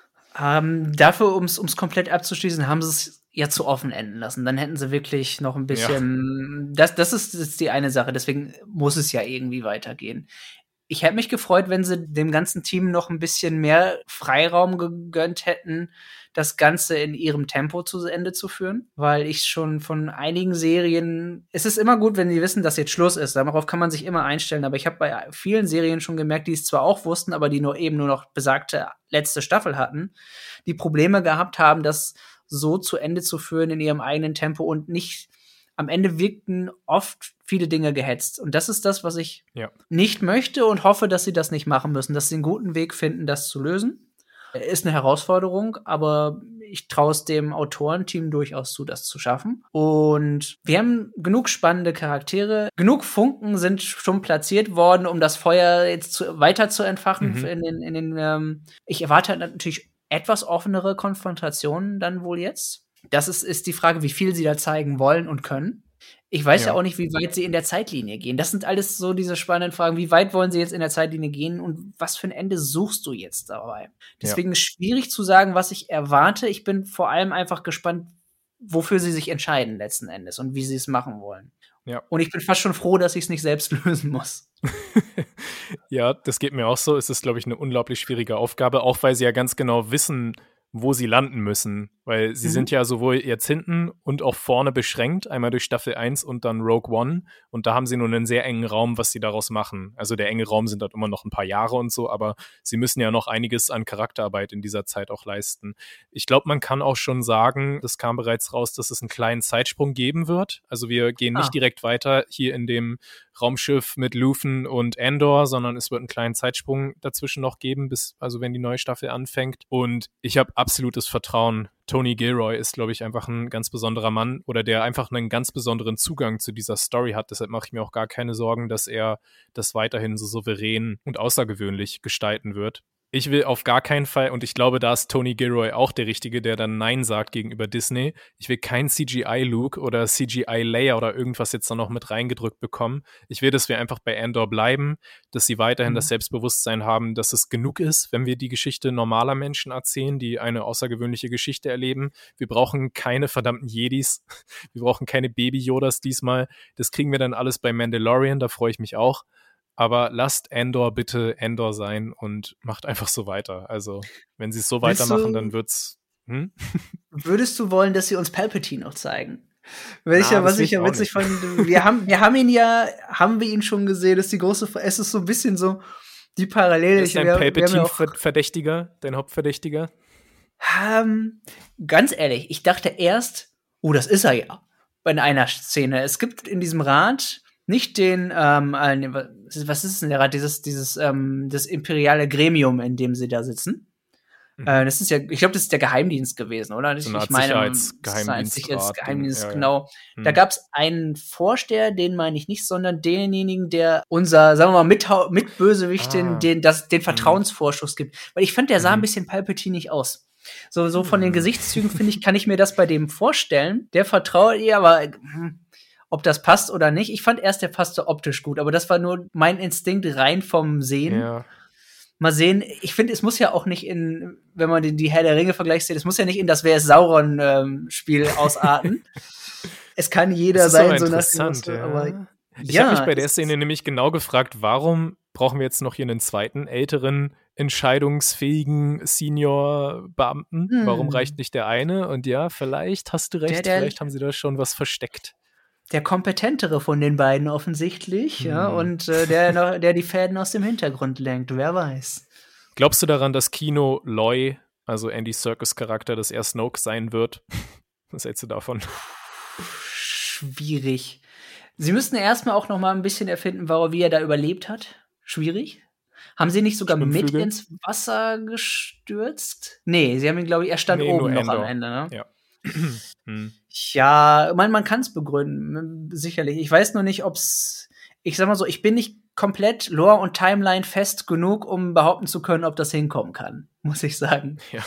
Ähm, dafür, um es komplett abzuschließen, haben sie es ja zu offen enden lassen. Dann hätten sie wirklich noch ein bisschen. Ja. Das, das, ist, das ist die eine Sache, deswegen muss es ja irgendwie weitergehen. Ich hätte mich gefreut, wenn sie dem ganzen Team noch ein bisschen mehr Freiraum gegönnt hätten, das Ganze in ihrem Tempo zu Ende zu führen, weil ich schon von einigen Serien, es ist immer gut, wenn die wissen, dass jetzt Schluss ist, darauf kann man sich immer einstellen, aber ich habe bei vielen Serien schon gemerkt, die es zwar auch wussten, aber die nur eben nur noch besagte letzte Staffel hatten, die Probleme gehabt haben, das so zu Ende zu führen in ihrem eigenen Tempo und nicht am Ende wirkten oft viele Dinge gehetzt. Und das ist das, was ich ja. nicht möchte und hoffe, dass sie das nicht machen müssen, dass sie einen guten Weg finden, das zu lösen. Ist eine Herausforderung, aber ich traue es dem Autorenteam durchaus zu, das zu schaffen. Und wir haben genug spannende Charaktere. Genug Funken sind schon platziert worden, um das Feuer jetzt zu, weiter zu entfachen. Mhm. In den, in den, ähm ich erwarte natürlich etwas offenere Konfrontationen dann wohl jetzt. Das ist, ist die Frage, wie viel sie da zeigen wollen und können. Ich weiß ja. ja auch nicht, wie weit sie in der Zeitlinie gehen. Das sind alles so diese spannenden Fragen. Wie weit wollen sie jetzt in der Zeitlinie gehen und was für ein Ende suchst du jetzt dabei? Deswegen ja. schwierig zu sagen, was ich erwarte. Ich bin vor allem einfach gespannt, wofür sie sich entscheiden letzten Endes und wie sie es machen wollen. Ja. Und ich bin fast schon froh, dass ich es nicht selbst lösen muss.
Ja, das geht mir auch so. Es ist, glaube ich, eine unglaublich schwierige Aufgabe, auch weil sie ja ganz genau wissen, wo sie landen müssen, weil sie mhm. sind ja sowohl jetzt hinten und auch vorne beschränkt, einmal durch Staffel eins und dann Rogue One und da haben sie nur einen sehr engen Raum, was sie daraus machen. Also der enge Raum sind dort immer noch ein paar Jahre und so, aber sie müssen ja noch einiges an Charakterarbeit in dieser Zeit auch leisten. Ich glaube, man kann auch schon sagen, das kam bereits raus, dass es einen kleinen Zeitsprung geben wird. Also wir gehen ah. nicht direkt weiter hier in dem Raumschiff mit Luthen und Andor, sondern es wird einen kleinen Zeitsprung dazwischen noch geben, bis, also wenn die neue Staffel anfängt. Und ich habe absolutes Vertrauen. Tony Gilroy ist, glaube ich, einfach ein ganz besonderer Mann oder der einfach einen ganz besonderen Zugang zu dieser Story hat. Deshalb mache ich mir auch gar keine Sorgen, dass er das weiterhin so souverän und außergewöhnlich gestalten wird. Ich will auf gar keinen Fall, und ich glaube, da ist Tony Gilroy auch der Richtige, der dann Nein sagt gegenüber Disney. Ich will kein C G I-Luke oder C G I-Leia oder irgendwas jetzt da noch mit reingedrückt bekommen. Ich will, dass wir einfach bei Andor bleiben, dass sie weiterhin mhm. das Selbstbewusstsein haben, dass es genug ist, wenn wir die Geschichte normaler Menschen erzählen, die eine außergewöhnliche Geschichte erleben. Wir brauchen keine verdammten Jedis. Wir brauchen keine Baby-Yodas diesmal. Das kriegen wir dann alles bei Mandalorian, da freue ich mich auch. Aber lasst Andor bitte Andor sein und macht einfach so weiter. Also, wenn sie es so Willst weitermachen, du, dann wird's. Hm?
Würdest du wollen, dass sie uns Palpatine noch zeigen? Welcher, Na, was ich ja witzig fand, wir haben, wir haben ihn ja, haben wir ihn schon gesehen, das ist die große, es ist so ein bisschen so die Parallele.
Ist dein Palpatine-Verdächtiger, dein Hauptverdächtiger?
Ähm, ganz ehrlich, ich dachte erst, oh, das ist er ja. In einer Szene. Es gibt in diesem Rat nicht den, ähm, äh, was ist denn der Rat? Dieses, dieses, ähm, das imperiale Gremium, in dem sie da sitzen. Mhm. Äh, das ist ja, ich glaube, das ist der Geheimdienst gewesen, oder?
So eine Art
ich meine,
Sicherheitsgeheimdienst.
Sicherheitsgeheimdienst,
ja, ja.
genau.
Hm.
Da gab es einen Vorsteher, den meine ich nicht, sondern denjenigen, der unser, sagen wir mal, Mithau- Mitbösewicht,
Ah.
den, das, den Vertrauensvorschuss
hm.
gibt. Weil ich fand, der sah
Mhm.
ein bisschen palpatinig aus. So, so von
Hm.
den Gesichtszügen, finde ich, kann ich mir das bei dem vorstellen. Der vertraut ihr, aber hm, ob das passt oder nicht. Ich fand erst, der passte optisch gut, aber das war nur mein Instinkt rein vom Sehen.
Ja.
Mal sehen, ich finde, es muss ja auch nicht in, wenn man den, die Herr der Ringe-Vergleich sieht, es muss ja nicht in das Wer ist Sauron-Spiel ähm, ausarten. Es kann jeder sein, so nach dem Motto,
ja.
aber
Ich
ja,
habe mich bei der Szene nämlich genau gefragt, warum brauchen wir jetzt noch hier einen zweiten, älteren, entscheidungsfähigen Senior-Beamten?
Hm.
Warum reicht nicht der eine? Und ja, vielleicht hast du recht,
Der- der-
vielleicht haben sie da schon was versteckt.
der kompetentere von den beiden offensichtlich,
Hm.
ja, und äh, der, noch, der die Fäden aus dem Hintergrund lenkt, wer weiß.
Glaubst du daran, dass Kino Loy, also Andy Serkis Charakter, dass er Snoke sein wird? Was hältst du davon?
Schwierig. Sie müssten erstmal auch noch mal ein bisschen erfinden, warum, wie er da überlebt hat. Schwierig. Haben sie nicht sogar mit
Schwimmflügel?
ins Wasser gestürzt? Nee, sie haben ihn, glaube ich, er stand
Nee, nur
oben noch
Endor.
am Ende, ne?
Ja. hm.
Ja, man, man kann es begründen, sicherlich. Ich weiß nur nicht, ob's, ich sag mal so, ich bin nicht komplett Lore und Timeline fest genug, um behaupten zu können, ob das hinkommen kann, muss ich sagen.
Ja.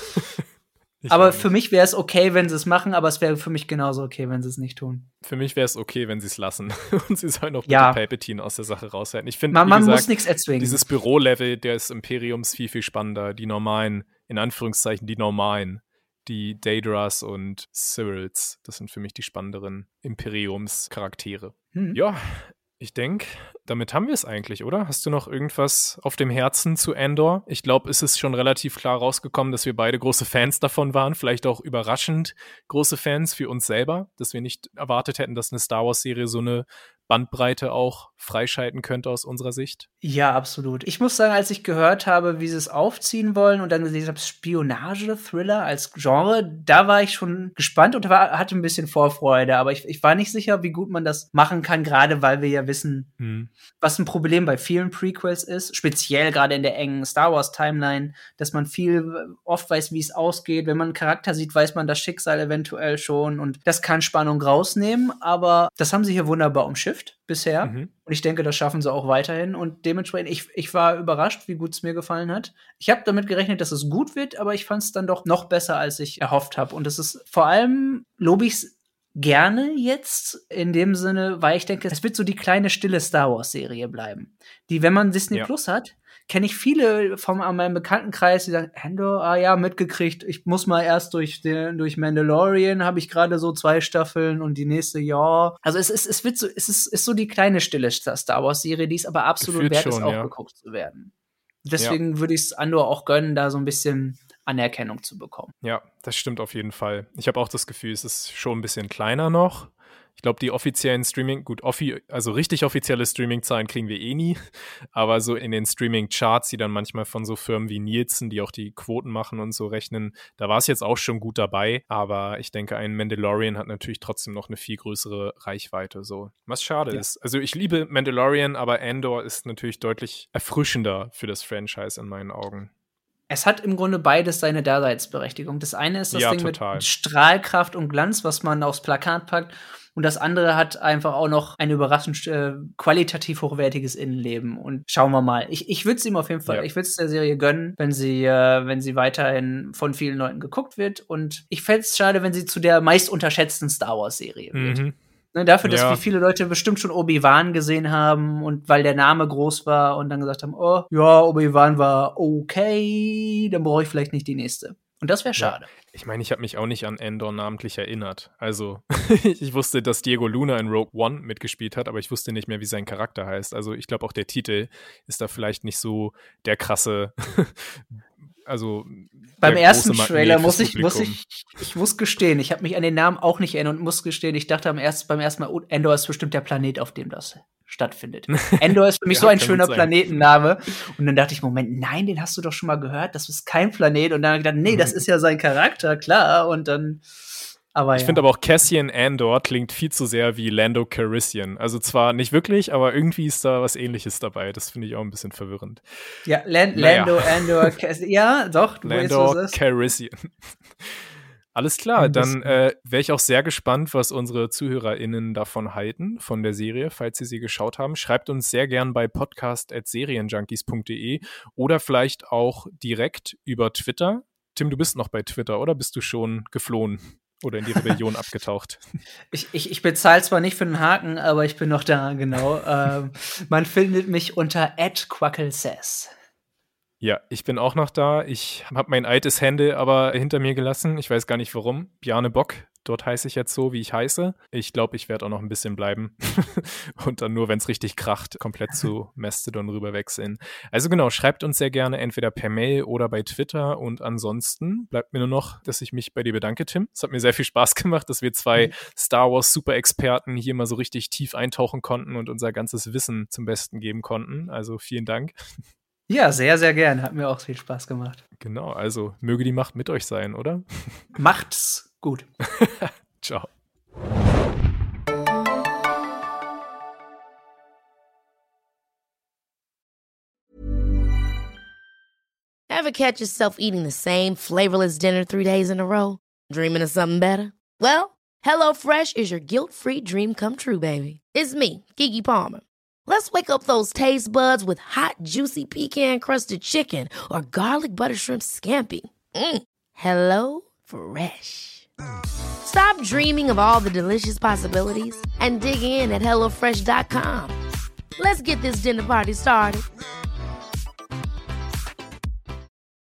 Ich
aber
auch
für
nicht.
mich wäre es okay, wenn sie es machen, aber es wäre für mich genauso okay, wenn sie es nicht tun.
Für mich wäre es okay, wenn sie es lassen. Und sie sollen auch bitte
Ja.
Palpatine aus der Sache raushalten. Ich finde,
Man,
wie
man
gesagt,
muss nichts erzwingen.
dieses Bürolevel des Imperiums viel, viel spannender. Die normalen, in Anführungszeichen, die normalen. Die Daedras und Cyrils. Das sind für mich die spannenderen Imperiumscharaktere.
Hm.
Ja, ich denke, damit haben wir es eigentlich, oder? Hast du noch irgendwas auf dem Herzen zu Andor? Ich glaube, es ist schon relativ klar rausgekommen, dass wir beide große Fans davon waren. Vielleicht auch überraschend große Fans für uns selber, dass wir nicht erwartet hätten, dass eine Star Wars-Serie so eine Bandbreite auch freischalten könnte aus unserer Sicht.
Ja, absolut. Ich muss sagen, als ich gehört habe, wie sie es aufziehen wollen und dann gesehen habe, Spionage-Thriller als Genre, da war ich schon gespannt und war, hatte ein bisschen Vorfreude. Aber ich, ich war nicht sicher, wie gut man das machen kann, gerade weil wir ja wissen,
Hm.
was ein Problem bei vielen Prequels ist, speziell gerade in der engen Star Wars Timeline, dass man viel oft weiß, wie es ausgeht. Wenn man einen Charakter sieht, weiß man das Schicksal eventuell schon und das kann Spannung rausnehmen, aber das haben sie hier wunderbar umschifft bisher
Mhm.
und ich denke, das schaffen sie auch weiterhin und dementsprechend, ich, ich war überrascht, wie gut es mir gefallen hat. Ich habe damit gerechnet, dass es gut wird, aber ich fand es dann doch noch besser, als ich erhofft habe und es ist vor allem, lobe ich es gerne jetzt in dem Sinne, weil ich denke, es wird so die kleine stille Star Wars Serie bleiben. Die, wenn man Disney
Ja.
Plus hat, kenne ich viele von meinem Bekanntenkreis, die sagen, Andor, ah ja, mitgekriegt, ich muss mal erst durch den, durch Mandalorian, habe ich gerade so zwei Staffeln und die nächste ja. Also es ist, es wird so, es ist, ist so die kleine stille Star Wars Serie, die es aber absolut
Gefühlt
wert ist,
schon,
auch
ja.
geguckt zu werden. Deswegen würde ich es Andor auch gönnen, da so ein bisschen Anerkennung zu bekommen.
Ja, das stimmt auf jeden Fall. Ich habe auch das Gefühl, es ist schon ein bisschen kleiner noch. Ich glaube, die offiziellen Streaming, gut, offi- also richtig offizielle Streaming-Zahlen kriegen wir eh nie, aber so in den Streaming-Charts, die dann manchmal von so Firmen wie Nielsen, die auch die Quoten machen und so rechnen, da war es jetzt auch schon gut dabei, aber ich denke, ein Mandalorian hat natürlich trotzdem noch eine viel größere Reichweite, so. Was schade
Ja.
ist. Also ich liebe Mandalorian, aber Andor ist natürlich deutlich erfrischender für das Franchise in meinen Augen.
Es hat im Grunde beides seine Daseinsberechtigung. Das eine ist das
Ja,
Ding
total.
mit Strahlkraft und Glanz, was man aufs Plakat packt. Und das andere hat einfach auch noch ein überraschend äh, qualitativ hochwertiges Innenleben. Und schauen wir mal. Ich, ich würde es ihm auf jeden Fall,
Ja.
ich würde es der Serie gönnen, wenn sie, äh, wenn sie weiterhin von vielen Leuten geguckt wird. Und ich fände es schade, wenn sie zu der meist unterschätzten Star Wars-Serie wird.
Mhm.
Ne, dafür, dass
Ja.
wie viele Leute bestimmt schon Obi-Wan gesehen haben und weil der Name groß war und dann gesagt haben, oh, ja, Obi-Wan war okay, dann brauche ich vielleicht nicht die nächste. Und das wäre schade.
Ich meine, ich habe mich auch nicht an Andor namentlich erinnert. Also, ich wusste, dass Diego Luna in Rogue One mitgespielt hat, aber ich wusste nicht mehr, wie sein Charakter heißt. Also, ich glaube, auch der Titel ist da vielleicht nicht so der krasse also
beim
der
ersten
große
Trailer
Magnet
muss
fürs
ich, muss
Publikum.
ich, ich muss gestehen, ich habe mich an den Namen auch nicht erinnert und muss gestehen, ich dachte am erst, beim ersten Mal, oh, Endor ist bestimmt der Planet, auf dem das stattfindet. Endor ist für mich
Ja,
so ein
kann
schöner
gut sein.
Planetenname. Und dann dachte ich, Moment, nein, den hast du doch schon mal gehört, das ist kein Planet. Und dann habe ich gedacht, nee, das ist ja sein Charakter, klar. Und dann, aber
Ich
ja.
finde aber auch Cassian Andor klingt viel zu sehr wie Lando Calrissian. Also zwar nicht wirklich, aber irgendwie ist da was Ähnliches dabei. Das finde ich auch ein bisschen verwirrend.
Ja, Lan
Naja.
Lando, Andor, Cass- ja, doch, du weißt,
Lando
was es ist.
Calrissian. Alles klar,
Ein
dann
bisschen.
äh, wäre ich auch sehr gespannt, was unsere ZuhörerInnen davon halten, von der Serie, falls sie sie geschaut haben. Schreibt uns sehr gern bei podcast at serienjunkies punkt de oder vielleicht auch direkt über Twitter. Tim, du bist noch bei Twitter, oder bist du schon geflohen oder in die Rebellion abgetaucht?
Ich, ich, ich bezahle zwar nicht für den Haken, aber ich bin noch da, genau. ähm, man findet mich unter at quacklesass.
Ja, ich bin auch noch da. Ich habe mein altes Handle aber hinter mir gelassen. Ich weiß gar nicht warum. Bjarne Bock, dort heiße ich jetzt so, wie ich heiße. Ich glaube, ich werde auch noch ein bisschen bleiben. Und dann nur, wenn es richtig kracht, komplett zu Mastodon rüber wechseln. Also genau, schreibt uns sehr gerne entweder per Mail oder bei Twitter. Und ansonsten bleibt mir nur noch, dass ich mich bei dir bedanke, Tim. Es hat mir sehr viel Spaß gemacht, dass wir zwei Star Wars Super-Experten hier mal so richtig tief eintauchen konnten und unser ganzes Wissen zum Besten geben konnten. Also vielen Dank.
Ja, sehr, sehr gern. Hat mir auch viel Spaß gemacht.
Genau, also möge die Macht mit euch sein, oder?
Macht's gut.
Ciao.
Ever catch yourself eating the same flavorless dinner three days in a row? Dreaming of something better? Well, HelloFresh is your guilt-free dream come true, baby. It's me, Keke Palmer. Let's wake up those taste buds with hot, juicy pecan-crusted chicken or garlic butter shrimp scampi. Mm. Hello Fresh. Stop dreaming of all the delicious possibilities and dig in at hello fresh dot com. Let's get this dinner party started.